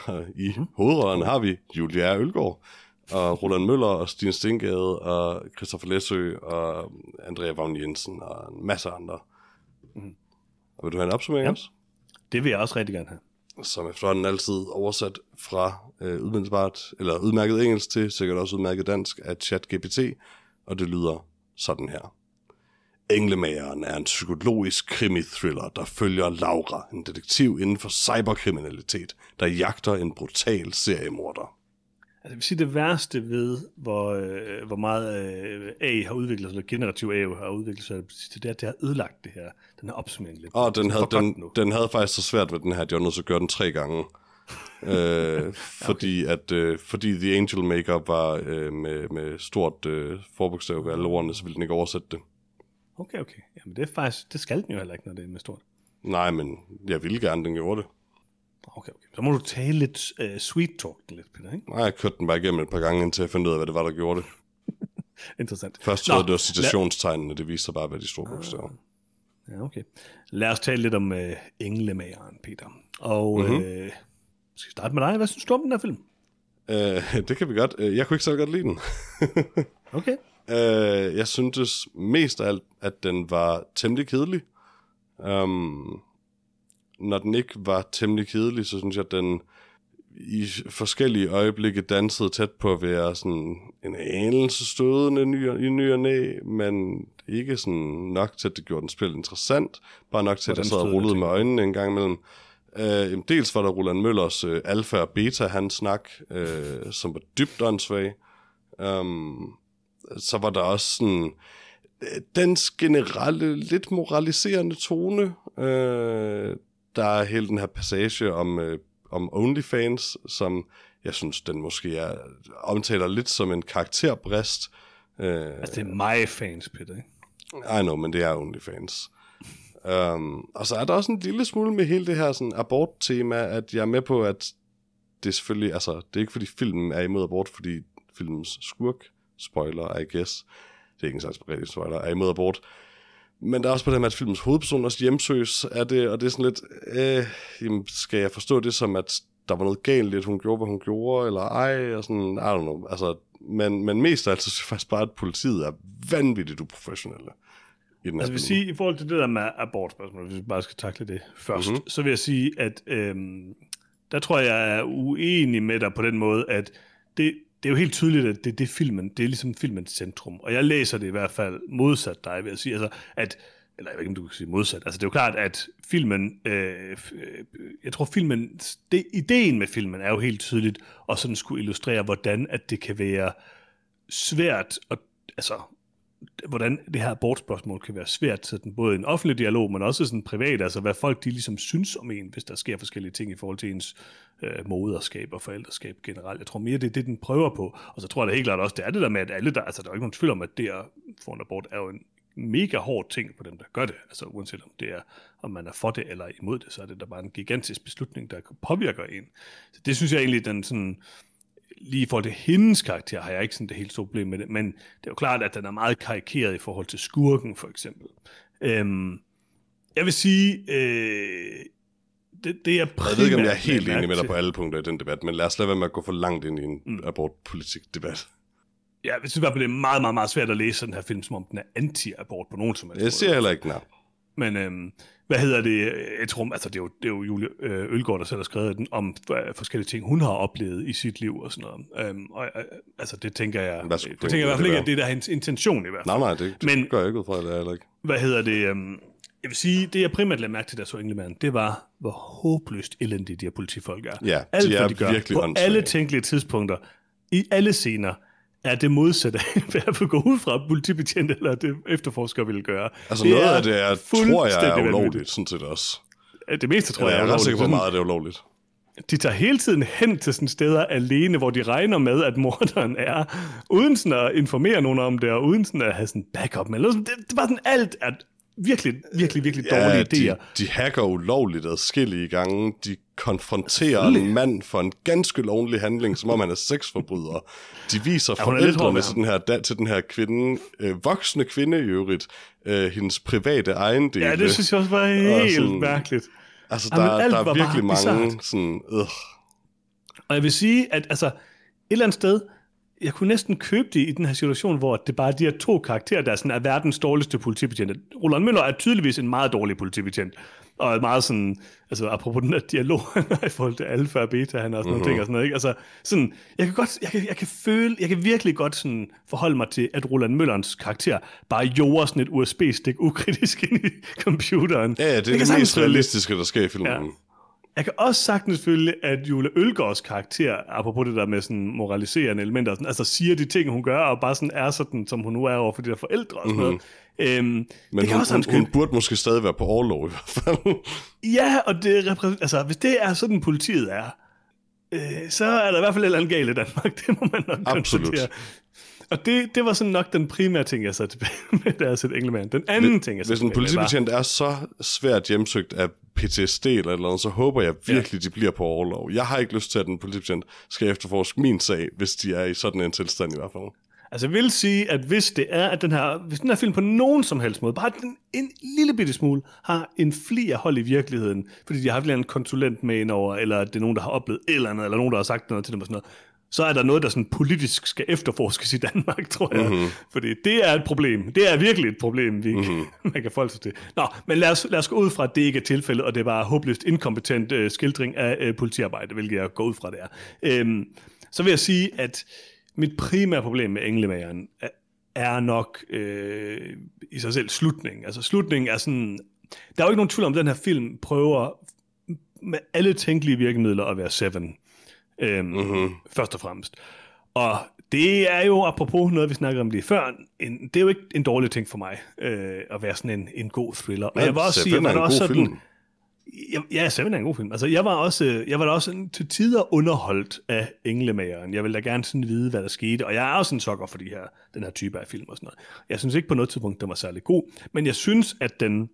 I mm-hmm. hovedrollerne har vi Julia R. Ølgaard, og Roland Møller, og Stine Stengade, og Christopher Læsø, og Andrea Vagn Jensen, og en masse andre. Mm-hmm. Og vil du have en opsummering ja. også? Det vil jeg også rigtig gerne have. Som efterhånden altid oversat fra øh, udmærket, eller udmærket engelsk til sikkert også udmærket dansk af ChatGPT, og det lyder sådan her. Englemageren er en psykologisk krimi-thriller, der følger Laura, en detektiv inden for cyberkriminalitet, der jagter en brutal seriemorder. Altså, jeg vil sige, det værste ved, hvor, øh, hvor meget øh, A I har udviklet sig, eller generativ A I har udviklet sig, det er, det har ødelagt det her, den her opsummering lidt. Og den havde, den, den havde faktisk så svært ved den her, at jeg var nødt til at gøre den tre gange. øh, fordi, okay. at, øh, fordi The Angel Maker var øh, med, med stort øh, forbogstav ved alle ordene, så ville den ikke oversætte det. Okay, okay. Jamen det er faktisk, det skal den jo heller ikke, når det er med stort. Nej, men jeg ville gerne, den gjorde det. Okay, okay. Så må du tale lidt uh, sweet talk den lidt, Peter, ikke? Nej, jeg kørte den bare igennem et par gange, indtil jeg fandt ud af, hvad det var, der gjorde det. Interessant. Først troede jeg, det var citationstegnene, det viste sig bare, hvad de store bogstaver. Ja, okay. Lad os tale lidt om uh, Englemageren, Peter. Og mm-hmm. uh, skal vi starte med dig? Hvad synes du om den her film? Uh, det kan vi godt. Jeg kunne ikke så godt lide den. Okay. Uh, jeg syntes mest af alt, at den var temmelig kedelig. Um, når den ikke var temmelig kedelig, så synes jeg, at den i forskellige øjeblikke dansede tæt på at være sådan en anelse stødende ny, i ny og næ, men ikke sådan nok til, at det gjorde den spil interessant. Bare nok til, at jeg sad og rullede med øjnene en gang imellem. Uh, dels var der Roland Møllers uh, alfa og beta, han snak, uh, som var dybt åndssvag. Um, så var der også sådan dens generelle, lidt moraliserende tone. Øh, der er hele den her passage om, øh, om OnlyFans, som jeg synes, den måske er, omtaler lidt som en karakterbrist. Øh, altså, det er mig fans, Peter, ikke? I know, men det er OnlyFans. um, og så er der også en lille smule med hele det her sådan, abort-tema, at jeg er med på, at det er selvfølgelig, altså, det er ikke fordi filmen er imod abort, fordi filmens skurk, spoiler, I guess, det er ikke en slags rigtig spoiler, er imod abort. Men der er også på det med, at filmens hovedperson også hjemsøges af det, og det er sådan lidt, øh, jamen, skal jeg forstå det som, at der var noget galt i, at hun gjorde, hvad hun gjorde, eller ej, og sådan, I don't know. Altså, men, men mest af alt, så synes jeg faktisk bare, at politiet er vanvittigt uprofessionelle. I den altså, jeg vil sige, i forhold til det der med abortspørgsmål, hvis vi bare skal takle det først, mm-hmm. så vil jeg sige, at øhm, der tror jeg, jeg er uenig med dig på den måde, at det, det er jo helt tydeligt, at det er det filmen, det er ligesom filmens centrum, og jeg læser det i hvert fald modsat dig, vil jeg sige, altså, at, eller jeg ved ikke, om du kan sige modsat, altså det er jo klart, at filmen, øh, jeg tror filmen, det, ideen med filmen er jo helt tydeligt, og sådan skulle illustrere, hvordan at det kan være svært, at, altså, hvordan det her abortspørgsmål kan være svært, sådan både en offentlig dialog, men også sådan privat, altså hvad folk de ligesom synes om en, hvis der sker forskellige ting i forhold til ens øh, moderskab og forældreskab generelt. Jeg tror mere, det er det, den prøver på. Og så tror jeg da helt klart også, det er det der med, at alle der, altså der er ikke nogen tvivl om, at det at få en abort er jo en mega hård ting på dem, der gør det. Altså uanset om det er, om man er for det eller imod det, så er det der bare en gigantisk beslutning, der påvirker en. Så det synes jeg egentlig, den sådan, lige i forhold til hendes karakter, har jeg ikke sådan det helt store problem med det, men det er jo klart, at den er meget karikeret i forhold til skurken, for eksempel. Øhm, jeg vil sige, øh, det, det er primært... Jeg ved ikke, om jeg er helt enig med dig på alle punkter i den debat, men lad os lade være med at gå for langt ind i en mm. abortpolitik-debat. Ja, jeg synes i hvert fald, det er meget, meget, meget svært at læse den her film, som om den er anti-abort på nogen som helst. Jeg siger heller ikke nej. Men øhm, hvad hedder det? Jeg tror, altså det er jo, det er jo Julie Ølgaard, der selv har skrevet den om forskellige ting, hun har oplevet i sit liv og sådan noget. Øhm, og altså det tænker jeg, det tænker jeg i hvert fald ikke, at det er der hendes intention i hvert fald. Nej, nej, det, det Men, gør jeg ikke ud fra, det er heller ikke. Hvad hedder det? Øhm, jeg vil sige, det jeg primært lagde mærke til, der så Englemageren, det var, hvor håbløst elendige de her politifolk er. Ja, alt, de er de gør, virkelig på åndssvage. alle tænkelige tidspunkter, i alle scener, er det modsatte af, hvad jeg vil gå ud fra, politibetjent eller det efterforsker ville gøre. Altså det noget af det, jeg tror jeg er ulovligt, sådan set også. Det meste tror jeg, jeg er, er ret sikker på, hvor meget det er ulovligt. De tager hele tiden hen til sådan steder alene, hvor de regner med, at morderen er, uden sådan at informere nogen om det, og uden sådan at have sådan backup. Men det, det er bare sådan alt, at virkelig, virkelig, virkelig dårlige ja, idéer. De, de hacker ulovligt adskillige gange. De konfronterer en mand for en ganske lovlig handling, som om han er sexforbryder. De viser ja, forældrene til den her, da, til den her kvinde, øh, voksne kvinde i øvrigt, øh, hendes private ejendele. Ja, det synes jeg også var helt sådan, mærkeligt. Altså, der, Jamen, der er virkelig mange sådan... Øh. Og jeg vil sige, at altså, et eller andet sted, jeg kunne næsten købe det i den her situation, hvor det bare er de her to karakterer, der sådan er verdens dårligste politibetjent. Roland Møller er tydeligvis en meget dårlig politibetjent, og meget sådan, altså apropos den der dialog, i forhold til alfa og beta, han har også mm-hmm. nogle ting og sådan noget, ikke? Altså, sådan, jeg kan godt, jeg kan, jeg kan føle, jeg kan virkelig godt sådan forholde mig til, at Roland Møllerens karakter bare jorder sådan et U S B-stik ukritisk ind i computeren. Ja, ja, det er det, det mest realistiske, der sker i filmen. Ja. Jeg kan også sagtens følge, at Jule Ølgaards karakter, apropos det der med sådan moraliserende elementer, sådan, altså siger de ting, hun gør, og bare sådan er sådan, som hun nu er over for de der forældre og sådan noget. Mm-hmm. Øhm, Men det hun, hun, hun burde måske stadig være på overlov i hvert fald. Ja, og det repræsenterer, altså hvis det er sådan politiet er, øh, så er der i hvert fald et eller andet galt i Danmark, det må man nok Absolut. konstatere. Og det, det var sådan nok den primære ting, jeg så tilbage med, da jeg sætte Englemand. Den anden hvis, ting, jeg så Hvis en politibetjent er så svært hjemsøgt af P T S D eller noget, så håber jeg virkelig, ja. de bliver på overlov. Jeg har ikke lyst til, at en politibetjent skal efterforske min sag, hvis de er i sådan en tilstand i hvert fald. Altså jeg vil sige, at hvis det er, at den her, hvis den her film på nogen som helst måde, bare den, en lille bitte smule, har en fli af hold i virkeligheden, fordi de har haft en konsulent med indover, eller det er nogen, der har oplevet et eller andet, eller nogen, der har sagt noget til dem og sådan noget, så er der noget, der sådan politisk skal efterforskes i Danmark, tror jeg. Mm-hmm. Fordi det er et problem. Det er virkelig et problem, vi mm-hmm. man kan forholde sig til. Nå, men lad os, lad os gå ud fra, at det ikke er tilfældet, og det er bare håbløst inkompetent uh, skildring af uh, politiarbejde, hvilket jeg går ud fra, det er. Um, så vil jeg sige, at mit primære problem med Englemageren er nok øh, i sig selv slutningen. Altså slutningen er sådan... Der er jo ikke nogen tvivl om, at den her film prøver med alle tænkelige virkemidler at være Seven. Øhm, mm-hmm. Først og fremmest. Og det er jo, apropos noget, vi snakkede om lige før, en, det er jo ikke en dårlig ting for mig, øh, at være sådan en, en god thriller. Og ja, jeg vil også sige, at man også sådan... Film. Ja, Seven er en god film. Altså, jeg var også, jeg var da også til tider underholdt af Englemageren. Jeg ville da gerne sådan vide, hvad der skete. Og jeg er også en sokker for de her, den her type af film og sådan noget. Jeg synes ikke på noget tidspunkt, den var særlig god. Men jeg synes, at den,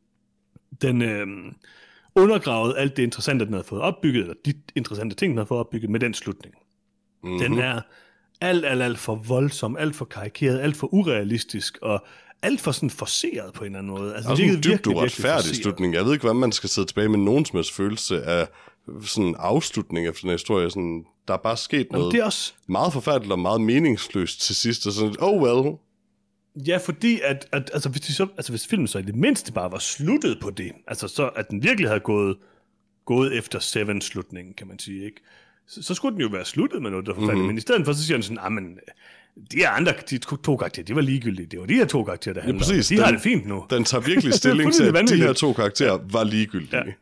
den øh, undergravede alt det interessante, den havde fået opbygget, eller de interessante ting, den havde fået opbygget med den slutning. Mm-hmm. Den er alt, alt, alt for voldsom, alt for karikeret, alt for urealistisk, og alt for sådan forceret på en eller anden måde. Altså, det er en dybt uretfærdig slutning. Jeg ved ikke, hvordan man skal sidde tilbage med nogen som helst følelse af sådan en afslutning efter den historie. Sådan, der er bare sket noget Jamen, det er også... meget forfærdeligt og meget meningsløst til sidst. Og sådan, oh well. Ja, fordi at, at altså, hvis, de så, altså, hvis filmen så i det mindste bare var sluttet på det, altså så at den virkelig havde gået, gået efter Seven-slutningen, kan man sige, ikke? Så, så skulle den jo være sluttet med noget, der forfærdeligt. Mm-hmm. Men i stedet for, så siger den sådan, ah, men de her andre, de to karakterer, de var ligegyldige. Det var de her to karakterer, der handler ja, om. De den, har det fint nu. Den tager virkelig stilling til, at de her to karakterer var ligegyldige. Ja.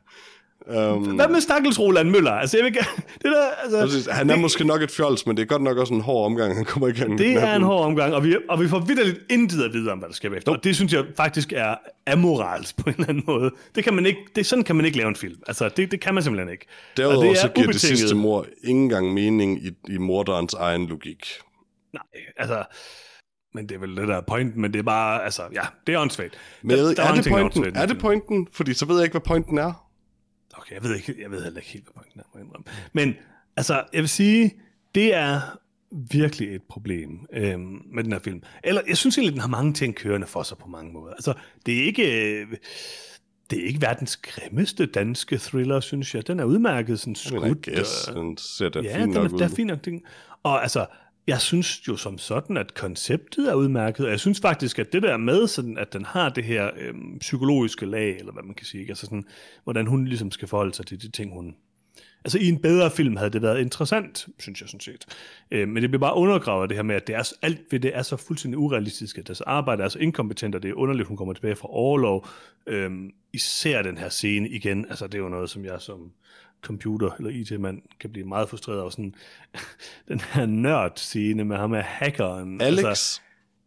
Um, Hvad med stakkels Roland Møller? Altså, jeg vil det der, altså, han er det, måske nok et fjols, men det er godt nok også en hård omgang, han kommer igennem. Det er en hård omgang, og vi, og vi får vitterligt intet at vide om, hvad der sker efter. Og det synes jeg faktisk er amoralsk på en eller anden måde. Det kan man ikke, det, sådan kan man ikke lave en film. Altså, det, det kan man simpelthen ikke. Derudover det så giver ubetinget. Det sidste mord ikke engang mening i, i morderens egen logik. Nej, altså... Men det er vel det, der er pointen, men det er bare, altså, ja, det er åndssvagt. Men jeg ved, der, der er, det pointen? er det pointen? Fordi så ved jeg ikke, hvad pointen er. Okay, jeg ved, ikke, jeg ved heller ikke helt, hvad pointen er. Men, altså, jeg vil sige, det er virkelig et problem øhm, med den her film. Eller, jeg synes egentlig, den har mange ting kørende for sig på mange måder. Altså, det er ikke... Øh, Det er ikke verdens grimmeste danske thriller, synes jeg. Den er udmærket, sådan skudt. I guess, den ser da ja, fint nok ud. Ja, den er fint nok. Ting. Og altså, jeg synes jo som sådan, at konceptet er udmærket, og jeg synes faktisk, at det der med, sådan, at den har det her øhm, psykologiske lag, eller hvad man kan sige, altså sådan, hvordan hun ligesom skal forholde sig til de ting, hun... Altså i en bedre film havde det været interessant, synes jeg sådan set. Øh, men det bliver bare undergravet det her med, at det er, alt ved det er så fuldstændig urealistisk, at deres arbejde er så inkompetent, og det er underligt, hun kommer tilbage fra orlov. Øh, især den her scene igen, altså det er jo noget, som jeg som computer- eller I T-mand kan blive meget frustreret over. Sådan, den her nørd-scene med ham af hackeren. Alex. Altså,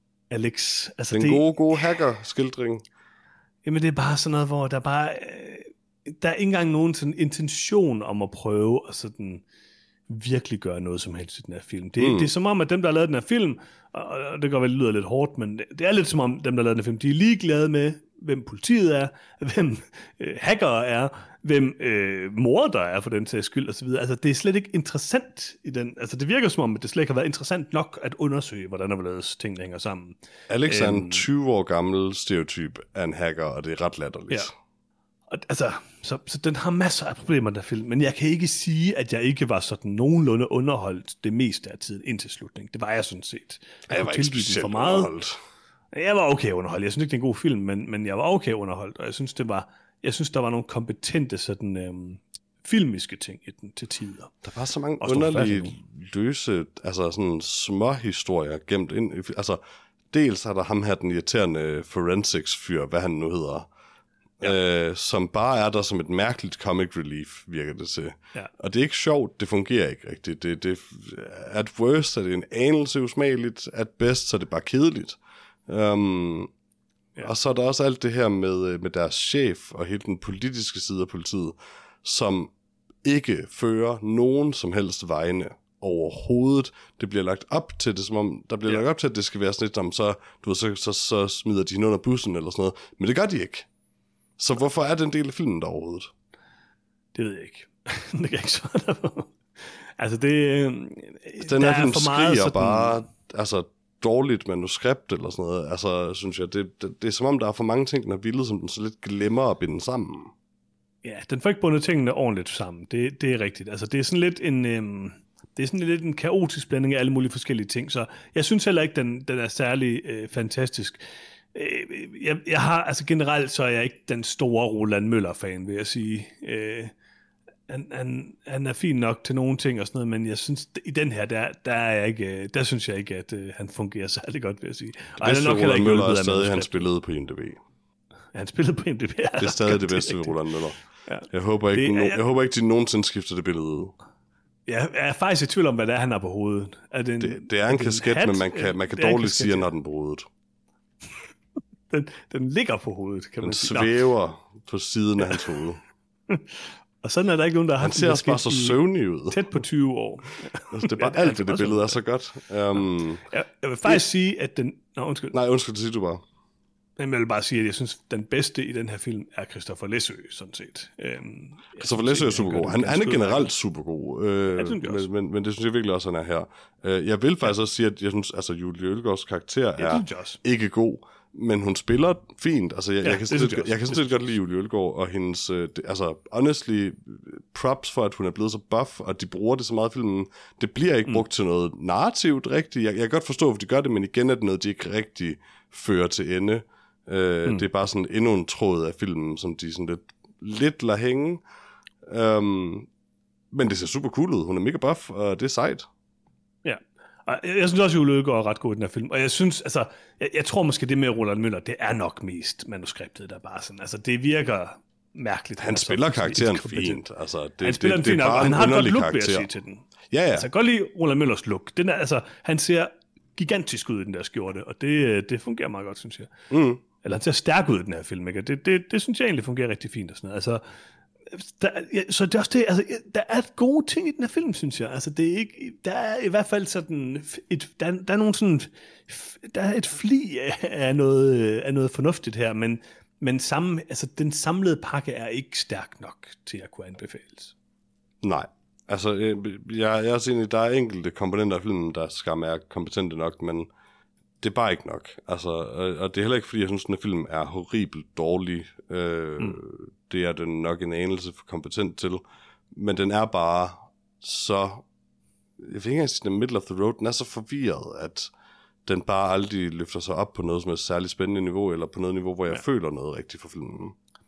Alex. Altså, den det, gode, gode hacker-skildring. Jamen det er bare sådan noget, hvor der bare... Der er ikke engang nogen sådan intention om at prøve at sådan virkelig gøre noget som helst i den her film. Det, mm. det er som om, at dem, der har lavet den her film, og det går vel lyder lidt hårdt, men det er lidt som om, dem, der har lavet den her film, de er ligeglade med, hvem politiet er, hvem øh, hackere er, hvem øh, morder er for den sags skyld, osv. Altså, det er slet ikke interessant i den... Altså, det virker som om, at det slet ikke har været interessant nok at undersøge, hvordan der hvorledes ting hænger sammen. Alex er en tyve år gammel stereotyp af en hacker, og det er ret latterligt. Ja. Og, altså, så, så den har masser af problemer, der film, men jeg kan ikke sige, at jeg ikke var sådan nogenlunde underholdt det meste af tiden indtil slutningen. Det var jeg sådan set. Jeg, jeg var ikke specielt for meget. Underholdt. Jeg var okay underholdt. Jeg synes ikke, det er en god film, men, men jeg var okay underholdt, og jeg synes, det var, jeg synes, der var nogle kompetente sådan, øhm, filmiske ting i den til tider. Der var så mange underlige, løse, altså sådan små historier gemt ind. Altså, dels er der ham her, den irriterende forensics-fyr, hvad han nu hedder. ja. øh, som bare er der som et mærkeligt comic relief, virker det til. Ja. Og det er ikke sjovt, det fungerer ikke rigtigt. Det, det, at worst er det en anelse usmageligt, at best så er det bare kedeligt. Um, ja. Og så er der også alt det her med, med deres chef og hele den politiske side af politiet, som ikke fører nogen som helst vegne overhovedet. Det bliver lagt op til det, som om, der bliver ja. lagt op til, at det skal være sådan lidt, om så, du ved, så, så, så smider de hende under bussen eller sådan noget. Men det gør de ikke. Så hvorfor er den del af filmen der overhovedet? Det ved jeg ikke. det kan jeg ikke svare dig på. Altså det... Den her film skriger sådan... bare, altså dårligt manuskript eller sådan noget. Altså, synes jeg, det, det, det er som om, der er for mange ting, den har villet, som den så lidt glemmer at binde sammen. Ja, den får ikke bundet tingene ordentligt sammen. Det, det er rigtigt. Altså, det er sådan lidt en... Øhm, det er sådan lidt en kaotisk blanding af alle mulige forskellige ting, så jeg synes heller ikke, den, den er særlig øh, fantastisk. Øh, jeg, jeg har, altså generelt, så er jeg ikke den store Roland Møller-fan, vil jeg sige. Øh, han, han, han er fin nok til nogle ting og sådan noget, men jeg synes, i den her, der, der, er jeg ikke, der synes jeg ikke, at øh, han fungerer særlig godt, vil jeg sige. Det bedste ved Roland Møller er stadig, han spillede på I M D B. Han spillede på I M D B. Det er stadig det bedste ved Roland Møller. Ja. Jeg, håber ikke, det, no- jeg, jeg håber ikke, de nogensinde skifter det billede ud. Jeg er faktisk i tvivl om, hvad det er, han har på hovedet. Er det, en, det, det er en er kasket, men man kan, man kan dårligt sige, når den på hovedet. den, den ligger på hovedet, kan den man sige. Den svæver Nå. på siden af hans hoved. Og sådan er der ikke nogen, der har haft en kasket. Han ser bare så søvnig ud. Tæt på tyve år. Altså, det er bare ja, alt det, det billede er så godt. Um, jeg, jeg vil faktisk det, sige, at den... Nå, undskyld. Nej, undskyld, det siger du bare. Men jeg vil bare sige, at jeg synes, at den bedste i den her film er Christopher Læsø, sådan set. Øhm, Christopher Læsø er super god. Han, han er generelt super god. Øh, ja, det men, men, men det synes jeg virkelig også, han er her. Øh, jeg vil faktisk ja. også sige, at jeg synes, altså Julie Ølgaards karakter ja, er ikke god, men hun spiller fint. Altså, jeg, ja, jeg kan sådan set, jeg kan sådan set godt lide Julie Ølgaard og hendes... Øh, det, altså, honestly, props for, at hun er blevet så buff, og de bruger det så meget i filmen. Det bliver ikke mm. brugt til noget narrativt rigtigt. Jeg, jeg kan godt forstå, hvorfor de gør det, men igen er det noget, de ikke rigtig fører til ende. Uh, mm. Det er bare sådan endnu en tråd af filmen, som de sådan lidt, lidt lader hænge. Um, men det ser super cool ud. Hun er mega buff, og det er sejt. Ja, og jeg, jeg synes også, at Julie Ølgaard er ret god i den her film. Og jeg synes, altså, jeg, jeg tror måske det med Roland Møller, det er nok mest manuskriptet, der bare sådan, altså det virker mærkeligt. Han spiller så, karakteren fint. Altså, det, han spiller det, den det, fint, og han har et godt look, karakter. vil jeg sige til den. Ja, ja. Altså, jeg kan godt lide Roland Møllers look. Den er, altså, han ser gigantisk ud i den der skjorte, og det, det fungerer meget godt, synes jeg. Mm. Eller han ser stærk ud i den her film, ikke? Det, det, det synes jeg egentlig fungerer rigtig fint og sådan noget. Altså, der, ja, så det er også det, altså, der er gode ting i den her film, synes jeg. Altså, det er ikke, der er i hvert fald sådan, et, der, der er nogle sådan, der er et fli af, af, noget, af noget fornuftigt her, men, men sammen, altså, den samlede pakke er ikke stærk nok til at kunne anbefales. Nej. Altså, jeg, jeg er enig, der er enkelte komponenter af filmen, der skal være kompetente nok, men det er bare ikke nok. Altså, og det er heller ikke, fordi jeg synes, at den her film er horribelt dårlig. Øh, mm. Det er den nok en anelse for kompetent til. Men den er bare så... Jeg vil ikke engang sige, den er middle of the road. Den er så forvirret, at den bare aldrig løfter sig op på noget som er særligt spændende niveau, eller på noget niveau, hvor jeg ja. føler noget rigtigt for filmen.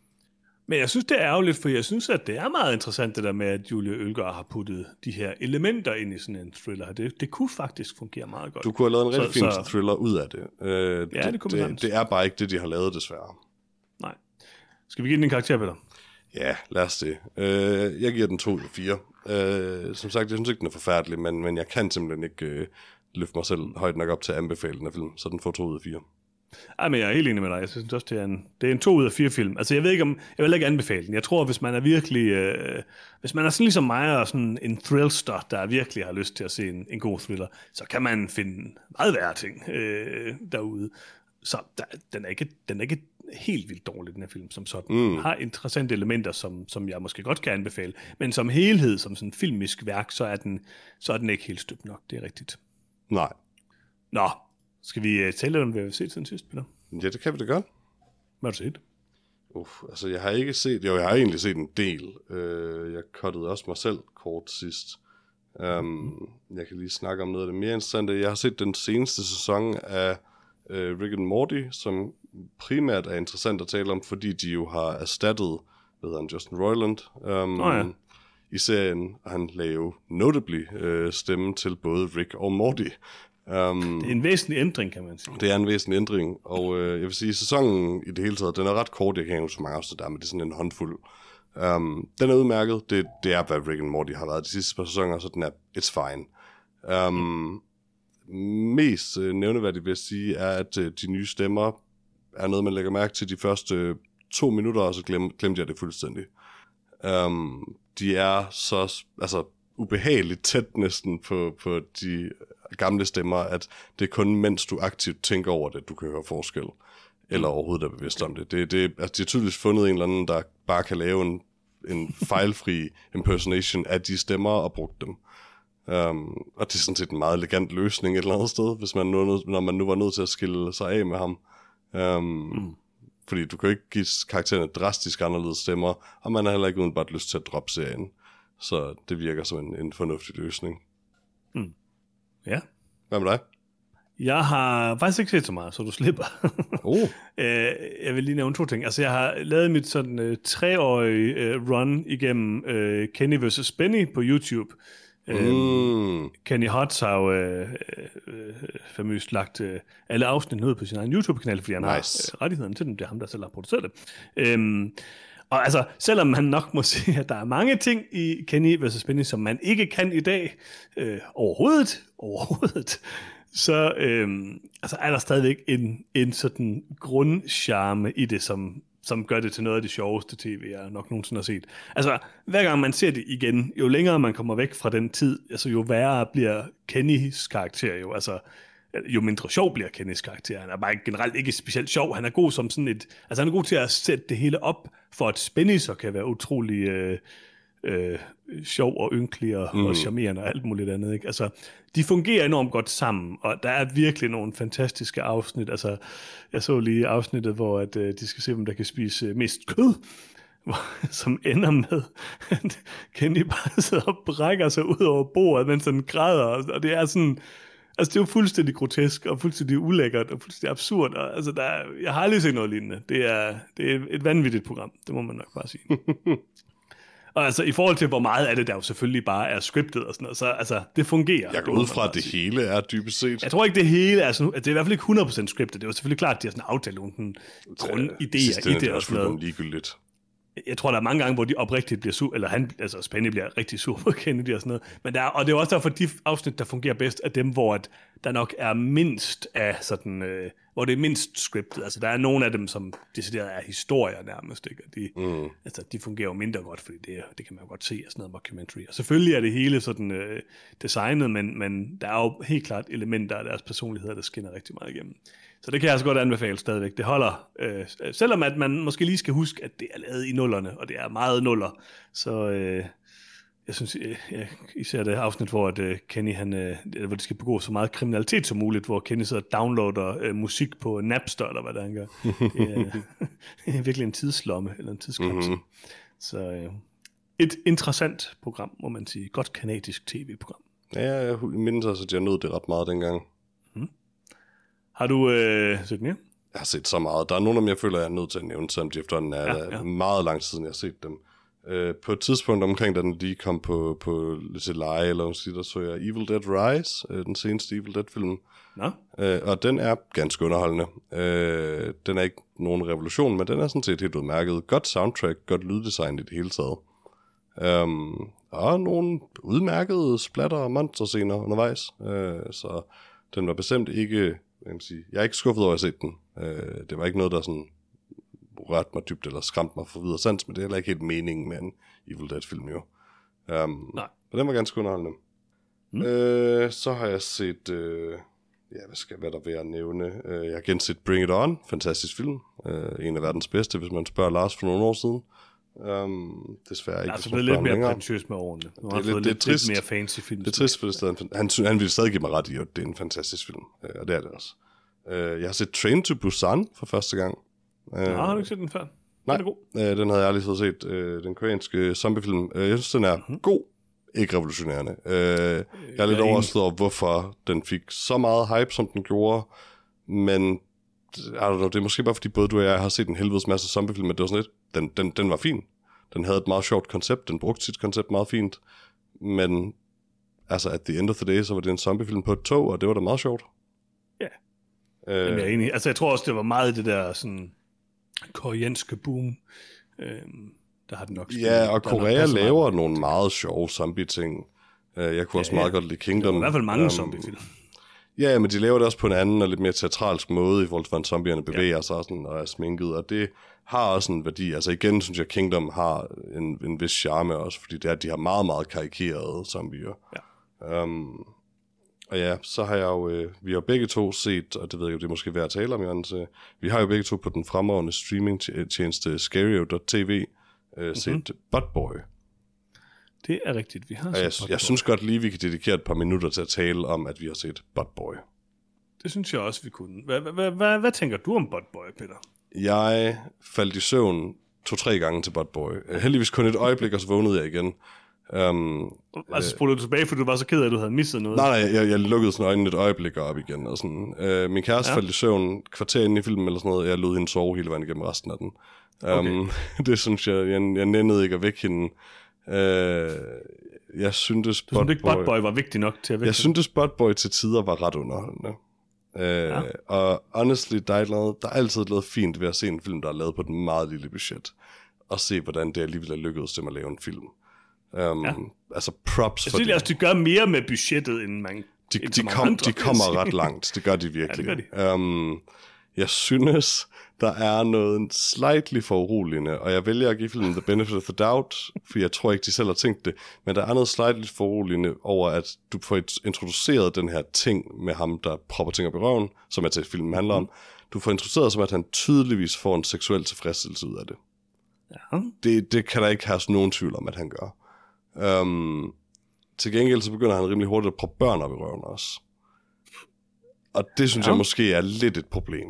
Men jeg synes, det er ærgerligt, for jeg synes, at det er meget interessant, det der med, at Julie Ølgaard har puttet de her elementer ind i sådan en thriller. Det, det kunne faktisk fungere meget godt. Du kunne have lavet en rigtig fin så... thriller ud af det. Øh, ja, det, det kunne det, det er bare ikke det, de har lavet, desværre. Nej. Skal vi give den en karakter, Peter? Ja, lad os det. Øh, jeg giver den to ud af fire. Øh, som sagt, jeg synes ikke, den er forfærdelig, men, men jeg kan simpelthen ikke øh, løfte mig selv højt nok op til at anbefale den af film, så den får to ud af fire. Ej, men jeg er helt enig med dig. Jeg synes også, det er en, det er en to ud af fire film. Altså, jeg ved ikke om... Jeg vil ikke anbefale den. Jeg tror, hvis man er virkelig... Øh, hvis man er sådan ligesom mig og sådan en thrillster, der virkelig har lyst til at se en, en god thriller, så kan man finde meget værre ting øh, derude. Så der, den, er ikke, den er ikke helt vildt dårlig, den her film, som sådan. Mm. Har interessante elementer, som, som jeg måske godt kan anbefale. Men som helhed, som sådan filmisk værk, så er den, så er den ikke helt støbt nok. Det er rigtigt. Nej. Nå. Skal vi uh, tale om, hvad vi har set siden sidst, Peter? Ja, det kan vi da godt. Hvad har du set? Uff, altså jeg har ikke set... Jo, jeg har egentlig set en del. Uh, jeg cuttede også mig selv kort sidst. Um, mm. Jeg kan lige snakke om noget af det mere interessante. Jeg har set den seneste sæson af uh, Rick and Morty, som primært er interessant at tale om, fordi de jo har erstattet, hvad hedder han, Justin Roiland um, oh, ja. i serien. Og han lagde jo notably uh, stemme til både Rick og Morty. Um, det er en væsentlig ændring, kan man sige. Det er en væsentlig ændring, og øh, jeg vil sige, sæsonen i det hele taget, den er ret kort, jeg kan ikke huske så mange afsnit der, men det er sådan en håndfuld. Um, den er udmærket, det, det er, hvad Rick and Morty har været de sidste par sæsoner, så den er, it's fine. Um, mest øh, nævneværdigt vil jeg sige, er, at øh, de nye stemmer er noget, man lægger mærke til de første øh, to minutter, og så glem, glemte jeg det fuldstændig. Um, de er så altså, ubehageligt tæt næsten på, på de gamle stemmer, at det er kun mens du aktivt tænker over det, du kan høre forskel, eller overhovedet er bevidst om det. det, det altså, de har tydeligvis fundet en eller anden, der bare kan lave en, en fejlfri impersonation af de stemmer og brugt dem. Um, og det er sådan set en meget elegant løsning et eller andet sted, hvis man nu, når man nu var nødt til at skille sig af med ham. Um, mm. Fordi du kan ikke give karaktererne drastisk anderledes stemmer, og man har heller ikke udenbart lyst til at droppe serien. Så det virker som en, en fornuftig løsning. Mm. Ja. Hvad med dig? Jeg har faktisk ikke set så meget, så du slipper. Oh. Jeg vil lige nævne to ting. Altså, jeg har lavet mit sådan uh, treårige uh, run igennem uh, Kenny versus. Benny på YouTube. Mm. Uh, Kenny Hotz har jo uh, uh, famøst lagt uh, alle afsnit ud på sin egen YouTube-kanal, fordi han nice. har uh, rettighederne til dem. Det er ham, der selv har produceret det. Um, Og altså, selvom man nok må sige, at der er mange ting i Kenny versus. Benny, som man ikke kan i dag, øh, overhovedet, overhovedet, så øh, altså er der stadigvæk en, en sådan grundcharme i det, som, som gør det til noget af det sjoveste tv, jeg nok nogensinde har set. Altså, hver gang man ser det igen, jo længere man kommer væk fra den tid, altså jo værre bliver Kennys karakter jo, altså jo mindre sjov bliver Kennys karakter. Han er bare generelt ikke specielt sjov. Han er god som sådan et... Altså han er god til at sætte det hele op, for at Benny så kan være utrolig øh, øh, sjov og ynkelig og, mm. og charmerende og alt muligt andet. Ikke? Altså, de fungerer enormt godt sammen, og der er virkelig nogle fantastiske afsnit. Altså, jeg så lige afsnittet, hvor at, øh, de skal se, hvem der kan spise øh, mest kød, som ender med, at Kenny bare sidder og brækker sig ud over bordet, mens han græder, og det er sådan... Altså, det er jo fuldstændig grotesk, og fuldstændig ulækkert, og fuldstændig absurd. Og, altså, der er, jeg har aldrig set noget lignende. Det er, det er et vanvittigt program, det må man nok bare sige. Og altså, i forhold til, hvor meget af det, der jo selvfølgelig bare er scriptet og sådan noget, så altså, det fungerer. Jeg går ud fra, at det sige. hele er dybest set. Jeg tror ikke, det hele er sådan, det er i hvert fald ikke hundrede procent scriptet. Det er jo selvfølgelig klart, at de har sådan aftalt nogle grundidéer i det og sådan noget. Ligegyldigt. Jeg tror, der er mange gange, hvor de oprigtigt bliver sur, eller han, altså Spenny bliver rigtig sur på Kennedy og sådan noget. Men der er, og det er også derfor, de afsnit, der fungerer bedst, er dem, hvor at der nok er mindst af sådan, øh, hvor det er mindst scriptet. Altså, der er nogle af dem, som decideret er historier nærmest, ikke? Og de, mm. altså, de fungerer jo mindre godt, fordi det, det kan man jo godt se af sådan noget mockumentary. Og selvfølgelig er det hele sådan øh, designet, men, men der er jo helt klart elementer af deres personligheder, der skinner rigtig meget igennem. Så det kan jeg altså godt anbefale stadigvæk. Det holder, øh, selvom at man måske lige skal huske, at det er lavet i nullerne, og det er meget nuller, så øh, jeg synes, øh, ja, især det afsnit, hvor at, øh, Kenny, han, øh, hvor de skal begå så meget kriminalitet som muligt, hvor Kenny så downloader øh, musik på Napster, eller hvad der han gør. Det er, det er virkelig en tidslomme, eller en tidskapsel. Mm-hmm. Så øh, et interessant program, må man sige. Godt kanadisk tv-program. Ja, jeg mindes også, at jeg nød det ret meget dengang. Mm. Har du øh, set mere? Jeg har set så meget. Der er nogle af dem, jeg føler, jeg er nødt til at nævne, selvom de efterhånden er ja, ja. meget lang tid siden, jeg har set dem. Uh, på et tidspunkt omkring, da den lige kom på, på lidt leje, eller noget, der så jeg Evil Dead Rise, uh, den seneste Evil Dead-film. Nå. Uh, og den er ganske underholdende. Uh, den er ikke nogen revolution, men den er sådan set helt udmærket. Godt soundtrack, godt lyddesign i det hele taget. Um, og nogle udmærkede splatter- og monsterscener undervejs. Uh, så den var bestemt ikke... Jeg, kan sige, jeg er ikke skuffet over at have set den. Uh, det var ikke noget, der sådan rørte mig dybt eller skræmte mig for videre sans, men det er heller ikke helt meningen med en Evil Dead-film jo. Um, Nej. Men den var ganske underholdende. Mm. Uh, så har jeg set... Uh, ja, hvad skal hvad der være at nævne? Uh, jeg har genset Bring It On. Fantastisk film. Uh, en af verdens bedste, hvis man spørger Lars for nogle år siden. Um, desværre ikke. Der er så blevet lidt mere prætentiøs med årene. Nu har det, fået det, lidt, det er trist. lidt mere fancy film. Det er trist, for det stadig, han, han ville stadig give mig ret i, at det er en fantastisk film. Uh, og det er det også. Uh, jeg har set Train to Busan for første gang. Uh, Nå, har du ikke set den før? Nej, den, er god. Uh, den havde jeg aldrig så set. Uh, den koreanske zombiefilm. Uh, jeg synes, den er mm-hmm. god. Ikke revolutionerende. Uh, jeg er lidt overrasket over, hvorfor den fik så meget hype, som den gjorde. Men know, det er måske bare, fordi både du og jeg har set en helvedes masse zombiefilm, men det var sådan lidt, den, den, den var fin. Den havde et meget sjovt koncept, den brugte sit koncept meget fint, men altså at the end of the day, så var det en zombiefilm på et tog, og det var da meget sjovt. Ja, øh, Jamen, jeg er enig. Altså jeg tror også, det var meget det der sådan koreanske boom, øh, der har den nok spillet. Ja, og Korea laver meget nogle meget sjove zombie-ting. Jeg kunne også ja, ja. meget godt lide Kingdom. Der er i hvert fald mange um, zombiefilm. Ja, men de laver det også på en anden og lidt mere teatralsk måde, i forhold til, hvordan zombierne bevæger ja. sig sådan, og er sminket, og det har også en værdi. Altså igen, synes jeg, Kingdom har en, en vis charme også, fordi det er, at de har meget, meget karikerede zombier. Ja. Um, og ja, så har jeg jo, øh, vi har begge to set, og det ved jeg jo, det er måske værd at tale om, Jørgens, øh, vi har jo begge to på den fremragende streamingtjeneste Scario punktum t v øh, set mm-hmm. Buttboy. Det er rigtigt, vi har set jeg, jeg synes godt lige, vi kan dedikere et par minutter til at tale om, at vi har set Buttboy. Det synes jeg også, vi kunne. Hvad, hvad, hvad, hvad tænker du om Buttboy, Peter? Jeg faldt i søvn to-tre gange til Buttboy. Heldigvis kun et øjeblik, og så vågnede jeg igen. Um, altså spurgte du tilbage, fordi du var så ked af, at du havde misset noget? Nej, nej, jeg, jeg lukkede sådan øjnene et øjeblik op igen. Og sådan. Uh, min kæreste ja. faldt i søvn kvarter inde i filmen eller sådan noget. Jeg lod hende sove hele vejen igennem resten af den. Um, okay. Det synes jeg, jeg, jeg nændede ikke at vække hende. Uh, jeg syntes Buttboy... Du synes ikke, Buttboy var vigtig nok til at vække? Jeg syntes, Buttboy til tider var ret underholdende. Uh, ja. Og honestly, der er, noget, der er altid noget fint ved at se en film, der er lavet på et meget lille budget. Og se, hvordan det alligevel er lykkedes dem at lave en film. Um, ja. Altså props jeg for synes, det. Altså, de gør mere med budgettet, end man... De, de, kom, andre, de kommer ret langt, det gør de virkelig. Ja, det gør de. Um, jeg synes, der er noget slightly foruroligende, og jeg vælger at give filmen the benefit of the doubt, for jeg tror ikke, de selv har tænkt det, men der er noget slightly foruroligende over, at du får introduceret den her ting med ham, der propper ting op i røven, som er til filmen handler om. Du får introduceret som, at han tydeligvis får en seksuel tilfredsstillelse ud af det. Ja. Det, det kan der ikke have nogen tvivl om, at han gør. Um, til gengæld så begynder han rimelig hurtigt at proppe børn op i røven også. Og det synes ja. jeg måske er lidt et problem.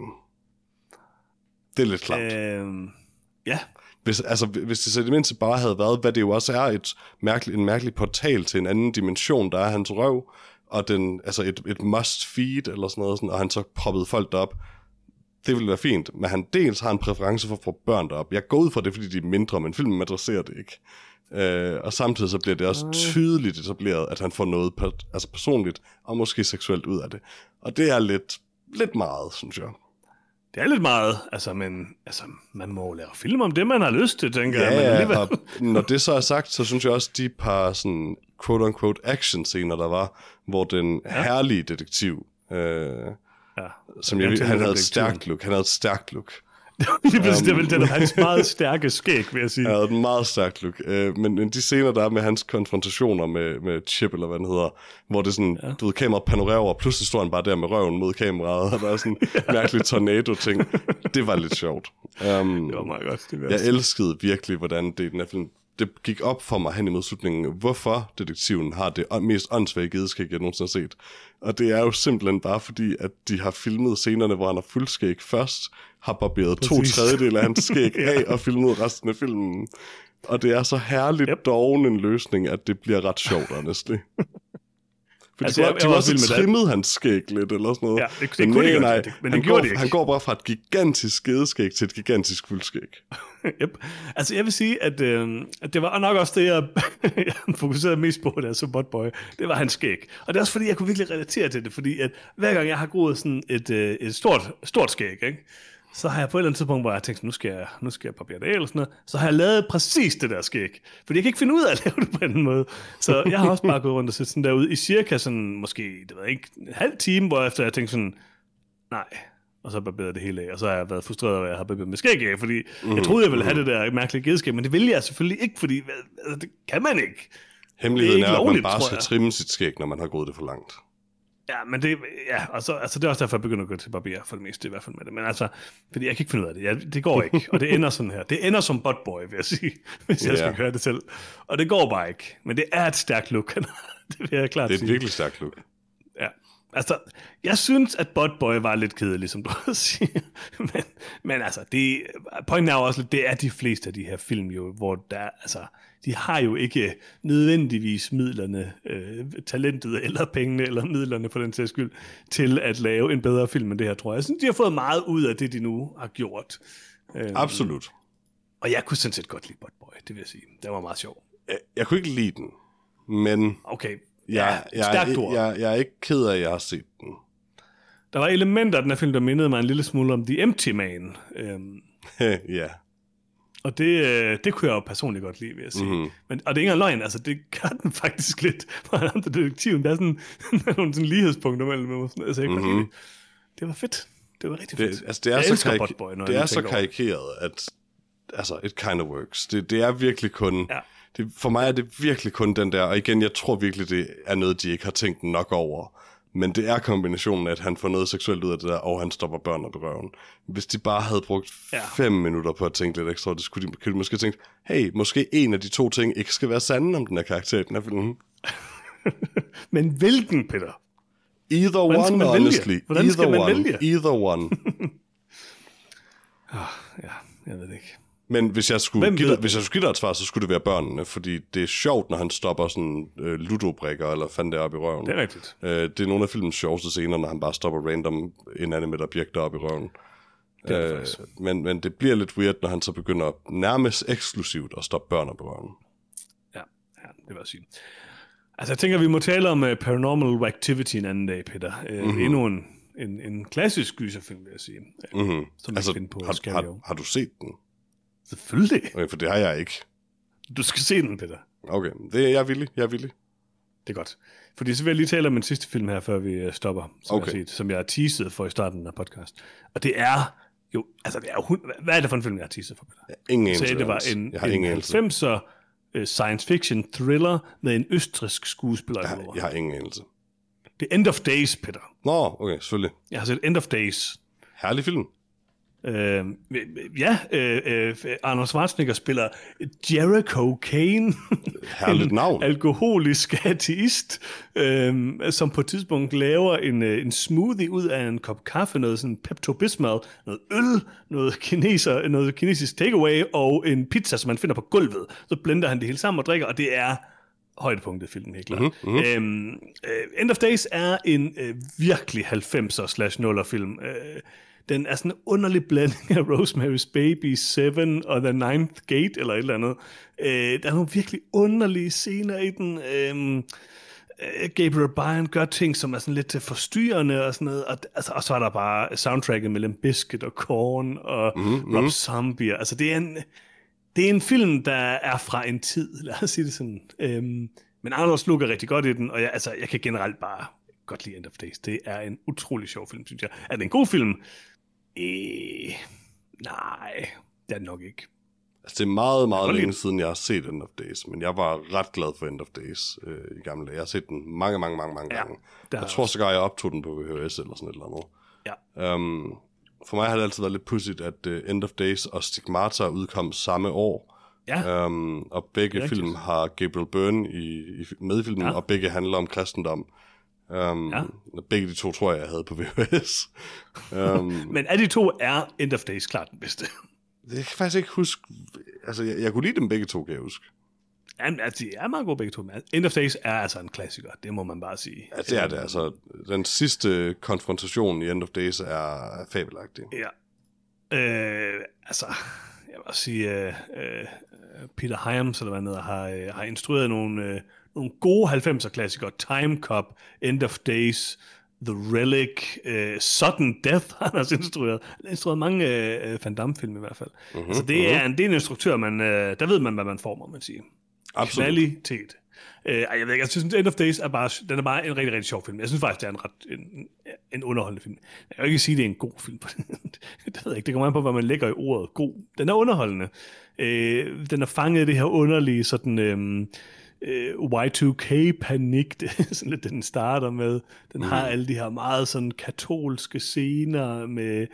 Det er lidt klart. Øhm, ja. Hvis, altså, hvis det så det mindste bare havde været, hvad det jo også er, et mærkelig, en mærkelig portal til en anden dimension, der er hans røv, og den, altså et, et must feed, eller sådan noget, sådan, og han så proppede folk derop. Det ville være fint, men han dels har en præference for at få børn derop. Jeg går ud fra det, fordi de er mindre, men filmen adresserer det ikke. Uh, og samtidig så bliver det også tydeligt etableret, at han får noget per- altså personligt, og måske seksuelt ud af det. Og det er lidt, lidt meget, synes jeg. Det er lidt meget, altså, men altså, man må lave film om det, man har lyst til, tænker ja, jeg. Men alligevel... og når det så er sagt, så synes jeg også, de par sådan quote-unquote action-scener, der var, hvor den ja. herlige detektiv, øh, ja. som jeg, jeg han havde et stærkt look, han havde et stærkt look. Det er vel den hans meget stærke skæg, vil jeg sige. Han havde et meget stærkt look. Uh, men de scener, der er med hans konfrontationer med, med Chip, eller hvad den hedder, hvor det sådan, ja. du ved, kameraet panorerer over, og pludselig står han bare der med røven mod kameraet, og der er sådan en mærkelig tornado-ting. Det var lidt sjovt. Um, det var meget godt. Det jeg elskede virkelig, hvordan det i den her film, det gik op for mig hen imod slutningen, hvorfor detektiven har det mest åndssvage gedeskæg, jeg nogensinde har set. Og det er jo simpelthen bare fordi, at de har filmet scenerne, hvor han har fuldskæg først, har barberet Præcis. to tredjedel af hans skæg ja. af, og filmet resten af filmen. Og det er så herligt yep. doven en løsning, at det bliver ret sjovt, honestly. For altså, de, jeg, de var også trimmet hans skæg lidt, eller sådan noget. Ja, det, det kunne de nej, godt, men han det gjorde går, de ikke. Han går bare fra et gigantisk gedeskæg til et gigantisk fuldskæg. Yep. Altså, jeg vil sige, at, øh, at det var nok også det, jeg, jeg fokuserede mest på, da jeg så Buttboy. Det var hans skæg. Og det er også fordi, jeg kunne virkelig relatere til det, fordi at hver gang jeg har groet sådan et, øh, et stort, stort skæg, ikke? Så har jeg på et eller andet tidspunkt, hvor jeg tænkte, nu skal jeg, nu skal jeg barbere det af, eller sådan noget, så har jeg lavet præcis det der skæg. Fordi jeg kan ikke finde ud af at lave det på en måde. Så jeg har også bare gået rundt og set sådan derude i cirka sådan, måske, det ved jeg ikke, en halv time, hvor efter jeg tænkte sådan, nej, og så barberede det hele af, og så har jeg været frustreret over, at jeg har barberet med skæg af, fordi mm. jeg troede, jeg ville have det der mærkelige gedeskæg, men det ville jeg selvfølgelig ikke, fordi altså, det kan man ikke. Hemmeligheden er, er lovligt, at man bare skal trimme sit skæg, når man har gået det for langt. Ja, men det, ja, altså, altså det er også derfor, jeg begynder at gå til barber for det meste, i hvert fald med det. Men altså, fordi jeg kan ikke finde ud af det. Ja, det går ikke, og det ender sådan her. Det ender som Buttboy, vil jeg sige, hvis yeah. jeg skal gøre det selv. Og det går bare ikke. Men det er et stærkt look, det vil jeg klart sige. Det er et virkelig stærkt look. Ja, altså, jeg synes, at Buttboy var lidt kedelig, som du siger. men, men altså, det, pointen er jo også lidt, det er de fleste af de her film jo, hvor der, altså, de har jo ikke nødvendigvis midlerne, øh, talentet eller pengene, eller midlerne for den sags skyld, til at lave en bedre film end det her, tror jeg. Jeg synes, de har fået meget ud af det, de nu har gjort. Absolut. Og jeg kunne sådan set godt lide Buttboy, det vil jeg sige. Det var meget sjov. Jeg, jeg kunne ikke lide den, men... Okay, Jeg, ja, jeg, stærkt jeg, ord. jeg, jeg er ikke ked af, at jeg har set den. Der var elementer af den her film, der mindede mig en lille smule om The Empty Man. Øhm, ja. Og det, øh, det kunne jeg jo personligt godt lide, vil jeg sige. Mm-hmm. Men, og det er ikke engang løgn, altså det gør den faktisk lidt på en anden detektiven. Der er sådan der er nogle sådan lighedspunkter mellem dem. Altså, jeg mm-hmm. det. det var fedt. Det var rigtig fedt. Det, altså, det er jeg så, elsker karik- Botboy, det er så karikeret, at altså, it kind of works. Det, det er virkelig kun... Ja. Det, for mig er det virkelig kun den der, og igen, jeg tror virkelig, det er noget, de ikke har tænkt nok over. Men det er kombinationen af, at han får noget seksuelt ud af det der, og han stopper børn op i røven. Hvis de bare havde brugt ja. fem minutter på at tænke lidt ekstra, det skulle de, kunne de måske tænke, hey, måske en af de to ting ikke skal være sande om den her karakter i den her film. Men hvilken, Peter? Either one, honestly. Hvordan skal either man one. vælge? Either one. oh, ja, jeg ved det ikke. Men hvis jeg skulle give dig, hvis jeg skulle give dig et svar, så skulle det være børnene, fordi det er sjovt, når han stopper sådan øh, ludobrikker, eller fandt det op i røven. Det er rigtigt. Øh, det er nogle af filmens sjoveste scener, når han bare stopper random inanimate objekter op i røven. Det er øh, men, men det bliver lidt weird, når han så begynder nærmest eksklusivt at stoppe børn op i røven. Ja, ja, det vil jeg sige. Altså, jeg tænker, vi må tale om uh, Paranormal Activity en anden dag, Peter. Uh, mm-hmm. Endnu en, en, en klassisk gyserfilm, vil jeg sige. Mm-hmm. Som altså, jeg på har, har, har du set den? Selvfølgelig. Okay, for det har jeg ikke. Du skal se den, Peter. Okay, det er jeg villig. Jeg er villig. Det er godt. Fordi så vil jeg lige tale om min sidste film her, før vi stopper, som, okay. jeg, har set, som jeg har teaset for i starten af podcast. Og det er jo, altså det er jo, hvad er det for en film, jeg har teaset for, Peter? Ja, ingen anelse. Så det var en, en halvfemser uh, science fiction thriller med en østrigsk skuespiller. Jeg har, jeg har ingen anelse. Det er End of Days, Peter. Nå, okay, selvfølgelig. Jeg har set End of Days. Herlig film. Øh, ja, øh, øh, Arnold Schwarzenegger spiller Jericho Kane, herligt navn, alkoholisk ateist, øh, som på et tidspunkt laver en, en smoothie ud af en kop kaffe, noget sådan Pepto-Bismol, noget øl, noget, kineser, noget kinesisk takeaway og en pizza, som man finder på gulvet. Så blender han det hele sammen og drikker, og det er højdepunktet i filmen, helt klart. Mm-hmm, mm-hmm. Øhm, uh, End of Days er en uh, virkelig halvfemser slash nuller film. Uh, Den er sådan en underlig blanding af Rosemary's Baby, Seven og The Ninth Gate, eller et eller andet. Øh, der er nogle virkelig underlige scener i den. Øh, Gabriel Byrne gør ting, som er sådan lidt forstyrrende og sådan noget. Og, altså, og så er der bare soundtracket med Limp Bizkit og Korn og mm-hmm. Rob Zombie. Altså, det er, en, det er en film, der er fra en tid, lad os sige det sådan. Øh, men Arnold Slug er rigtig godt i den, og jeg, altså, jeg kan generelt bare godt lide End of Days. Det er en utrolig sjov film, synes jeg. Er det en god film? Øh, nej, det er det nok ikke. Altså, det er meget, meget længe siden, jeg har set End of Days, men jeg var ret glad for End of Days øh, i gamle dage. Jeg har set den mange, mange, mange, mange ja, gange. Jeg tror også. sågar, jeg optog den på V H S eller sådan et eller andet. Ja. Um, for mig har det altid været lidt pudsigt, at uh, End of Days og Stigmata udkom samme år. Ja. Um, og begge film har Gabriel Byrne i, i medfilmen, ja. Og begge handler om kristendom. Um, ja. Begge de to tror jeg, jeg havde på V H S. um, Men af de to er End of Days klart den bedste. Det kan jeg faktisk ikke huske. Altså, jeg, jeg kunne lide dem begge to, kan jeg huske. Jamen, altså, de er meget gode begge to. Men End of Days er altså en klassiker, det må man bare sige. Ja, det er det. Altså, den sidste konfrontation i End of Days er fabelagtig. Ja. Øh, altså, jeg vil også sige, uh, uh, Peter Hyams, eller hvad noget, har, uh, har instrueret nogle... Uh, Nogle gode halvfemser-klassikere. Time Cop, End of Days, The Relic, uh, Sudden Death, han har også instrueret. Han har instrueret mange uh, Van Damme-film i hvert fald. Mm-hmm, altså, det, mm-hmm. er en, det er en instruktør, man, uh, der ved man, hvad man får, må man sige. Absolut. Kvalitet. Uh, jeg ved ikke, jeg synes, End of Days er bare, den er bare en rigtig, rigtig sjov film. Jeg synes faktisk, det er en, ret, en, en underholdende film. Jeg kan ikke sige, at det er en god film. Det ved jeg ikke. Det kommer an på, hvad man lægger i ordet. God. Den er underholdende. Uh, den er fanget i det her underlige sådan... Um, Y to K-panik, det er sådan lidt det, den starter med. Den mm. har alle de her meget sådan katolske scener med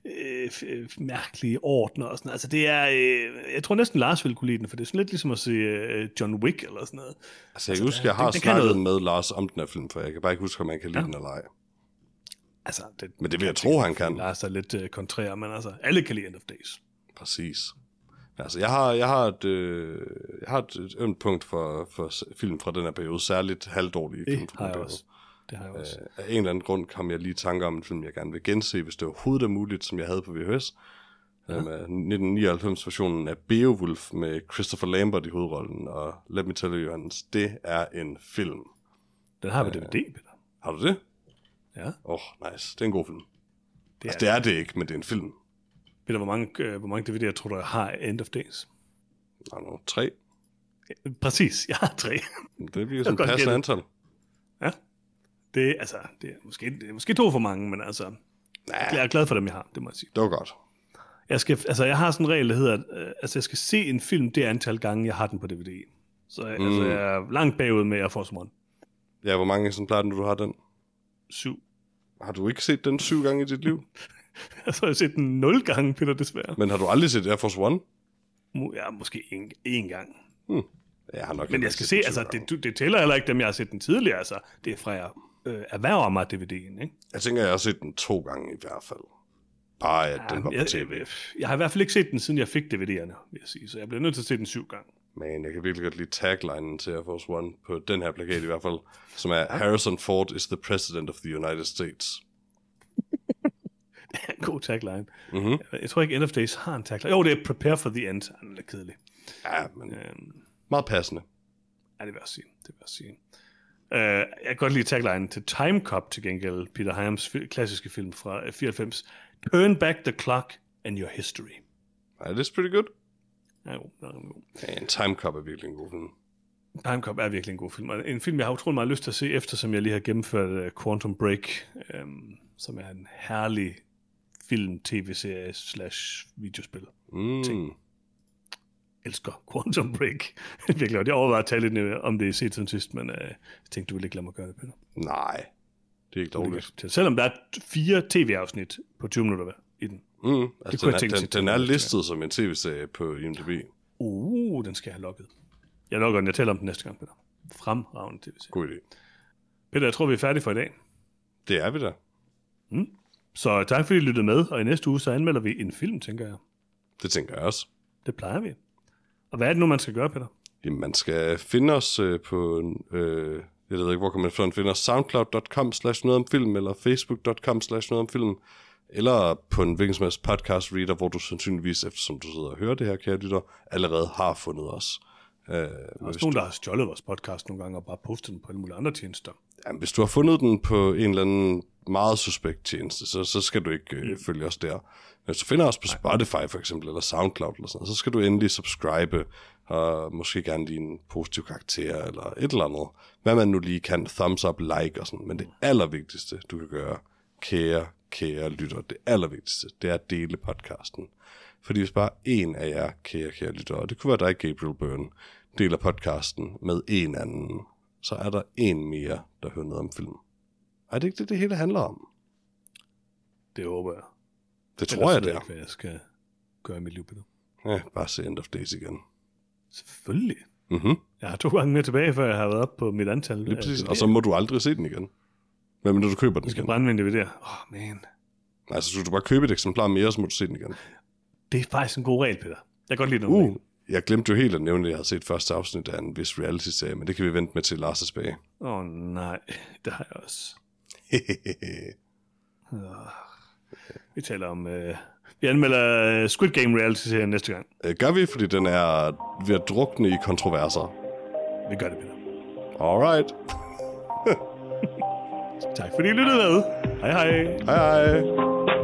øh, mærkelige ordner og sådan noget. Altså det er, øh, jeg tror næsten Lars ville kunne lide den, for det er sådan lidt ligesom at se øh, John Wick eller sådan noget. Altså jeg kan altså, huske, jeg har den, snakket med Lars om den her film, for jeg kan bare ikke huske, om jeg kan lide ja. den eller ej. Altså, det, men det vil jeg tro, han kan. Lars er lidt øh, kontrær, men altså, alle kan lide End of Days. Præcis. Altså, jeg har, jeg har et, øh, jeg har et ømt punkt for, for film fra den her periode, særligt halvdårlige film fra den periode. Det har jeg også. Af en eller anden grund kom jeg lige i tanke om en film, jeg gerne vil gense, hvis det overhovedet er muligt, som jeg havde på V H S. Ja. Øhm, nitten nioghalvfems-versionen af Beowulf med Christopher Lambert i hovedrollen, og let me tell you, Johannes, det er en film. Den har vi D V D, Peter. Har du det? Ja. Åh, oh, nice. Det er en god film. Det er, altså, det er det ikke, men det er en film. Peter, hvor mange, øh, hvor mange D V D'er tror du, jeg har End of Days? Der er nogle tre. Ja, præcis, jeg har tre. Det bliver sådan et passende antal. Ja. Det er, altså, det er, måske, det er måske to for mange, men altså, Nah. jeg er glad for dem, jeg har, det må jeg sige. Det var godt. Jeg, skal, altså, jeg har sådan en regel, der hedder, øh, altså jeg skal se en film det antal gange, jeg har den på D V D. Så mm. altså, jeg er langt bagud med Air Force One. Ja, hvor mange eksemplarer du har den? Syv. Har du ikke set den syv gange i dit liv? Altså, jeg har set den nul gange, Peter, desværre. Men har du aldrig set Air Force One? Ja, måske en, en gang. Hmm. Jeg har nok Men jeg skal se, altså, det, det tæller heller ikke dem, jeg har set den tidligere. Altså, det er fra, jeg øh, erhverver mig D V D'en, ikke? Jeg tænker, jeg har set den to gange i hvert fald. Bare at ja, den var på jeg, tv. Jeg, jeg har i hvert fald ikke set den, siden jeg fik D V D'erne, vil jeg sige. Så jeg bliver nødt til at se den syv gange. Men jeg kan virkelig godt lide taglinen til Air Force One, på den her plakat i hvert fald, som er, Harrison Ford is the president of the United States. Det er en god tagline. Mm-hmm. Jeg tror ikke, End of Days har en tagline. Jo, det er Prepare for the End. Den er lidt kedelig. Ja, men øhm, meget passende. Ja, det vil jeg sige. Det vil jeg sige. Uh, jeg kan godt lide taglinen til Time Cop til gengæld, Peter Hyams fil- klassiske film fra fireoghalvfems. Turn back the clock and your history. Ja, det er pretty good. Ja, jo, det er god. Ja, en Time Cop er virkelig en god film. Time Cop er virkelig en god film. Og en film, jeg har utrolig meget lyst til at se, eftersom jeg lige har gennemført uh, Quantum Break, um, som er en herlig film, tv-serie slash videospil. Mm. Ting. Elsker Quantum Break. Virkelig, og jeg overvejer at tale lidt om det i set siden sidst, men uh, jeg tænkte, du ville ikke lade mig gøre det, Peter. Nej, det er ikke dårligt. Selvom der er fire tv-afsnit på tyve minutter i den. Mm. Altså, den, er, tænke, den, den er listet som en tv-serie på I M D B. Uh, den skal jeg have logget. Jeg logger den, jeg taler om den næste gang, Peter. Fremragende tv-serie. God idé. Peter, jeg tror, vi er færdige for i dag. Det er vi da. Mm. Så tak fordi I lyttede med, og i næste uge så anmelder vi en film, tænker jeg. Det tænker jeg også. Det plejer vi. Og hvad er det nu, man skal gøre, Peter? Jamen, man skal finde os øh, på, øh, jeg ved ikke, hvor kan man finde os, soundcloud punktum com slash noget om film, eller facebook punktum com slash noget om film, eller på en hvilken som helst podcast reader, hvor du sandsynligvis, eftersom du sidder og hører det her, kære lytter, allerede har fundet os. Øh, der er også nogen, der har stjålet vores podcast nogle gange, og bare postet den på alle mulige andre tjenester. Jamen, hvis du har fundet den på en eller anden meget suspekt tjeneste, så, så skal du ikke øh, følge os der. Men hvis du finder os på Spotify for eksempel, eller SoundCloud eller sådan noget, så skal du endelig subscribe, og måske gerne lige en positiv karakter, eller et eller andet. Hvad man nu lige kan, thumbs up, like og sådan. Men det allervigtigste, du kan gøre, kære, kære lytter, det allervigtigste, det er at dele podcasten. Fordi hvis bare en af jer, kære, kære lytter, og det kunne være dig, Gabriel Byrne, deler podcasten med en anden, så er der en mere, der hører noget om film. Er det ikke det, det hele handler om? Det håber jeg. Det tror jeg, det er. Ikke, hvad jeg skal gøre i mit liv, Peter. Ja, bare se End of Days igen. Selvfølgelig. Mhm. Jeg har to gange mere tilbage, før jeg har været op på mit antal. Lige præcis. Og så må du aldrig se den igen. Hvad med, når du køber den Jeg skal igen? brænde min D V D'er. Åh, oh, man. Nej, så du bare købe et eksemplar mere, så må du se den igen. Det er faktisk en god regel, Peter. Jeg kan godt lide den Uh, regel. jeg glemte jo helt at nævne, at jeg havde set første afsnit af en vis reality-serie, men det kan vi vente med til Lars er tilbage. Åh, oh, nej. Det har jeg også. Vi taler om... Uh... Vi anmelder Squid Game reality-serien næste gang. Gør vi, fordi den er ved at drukne i kontroverser. Vi gør det, Peter. Alright. Tak fordi I lyttede med. Hej hej. Hej hej.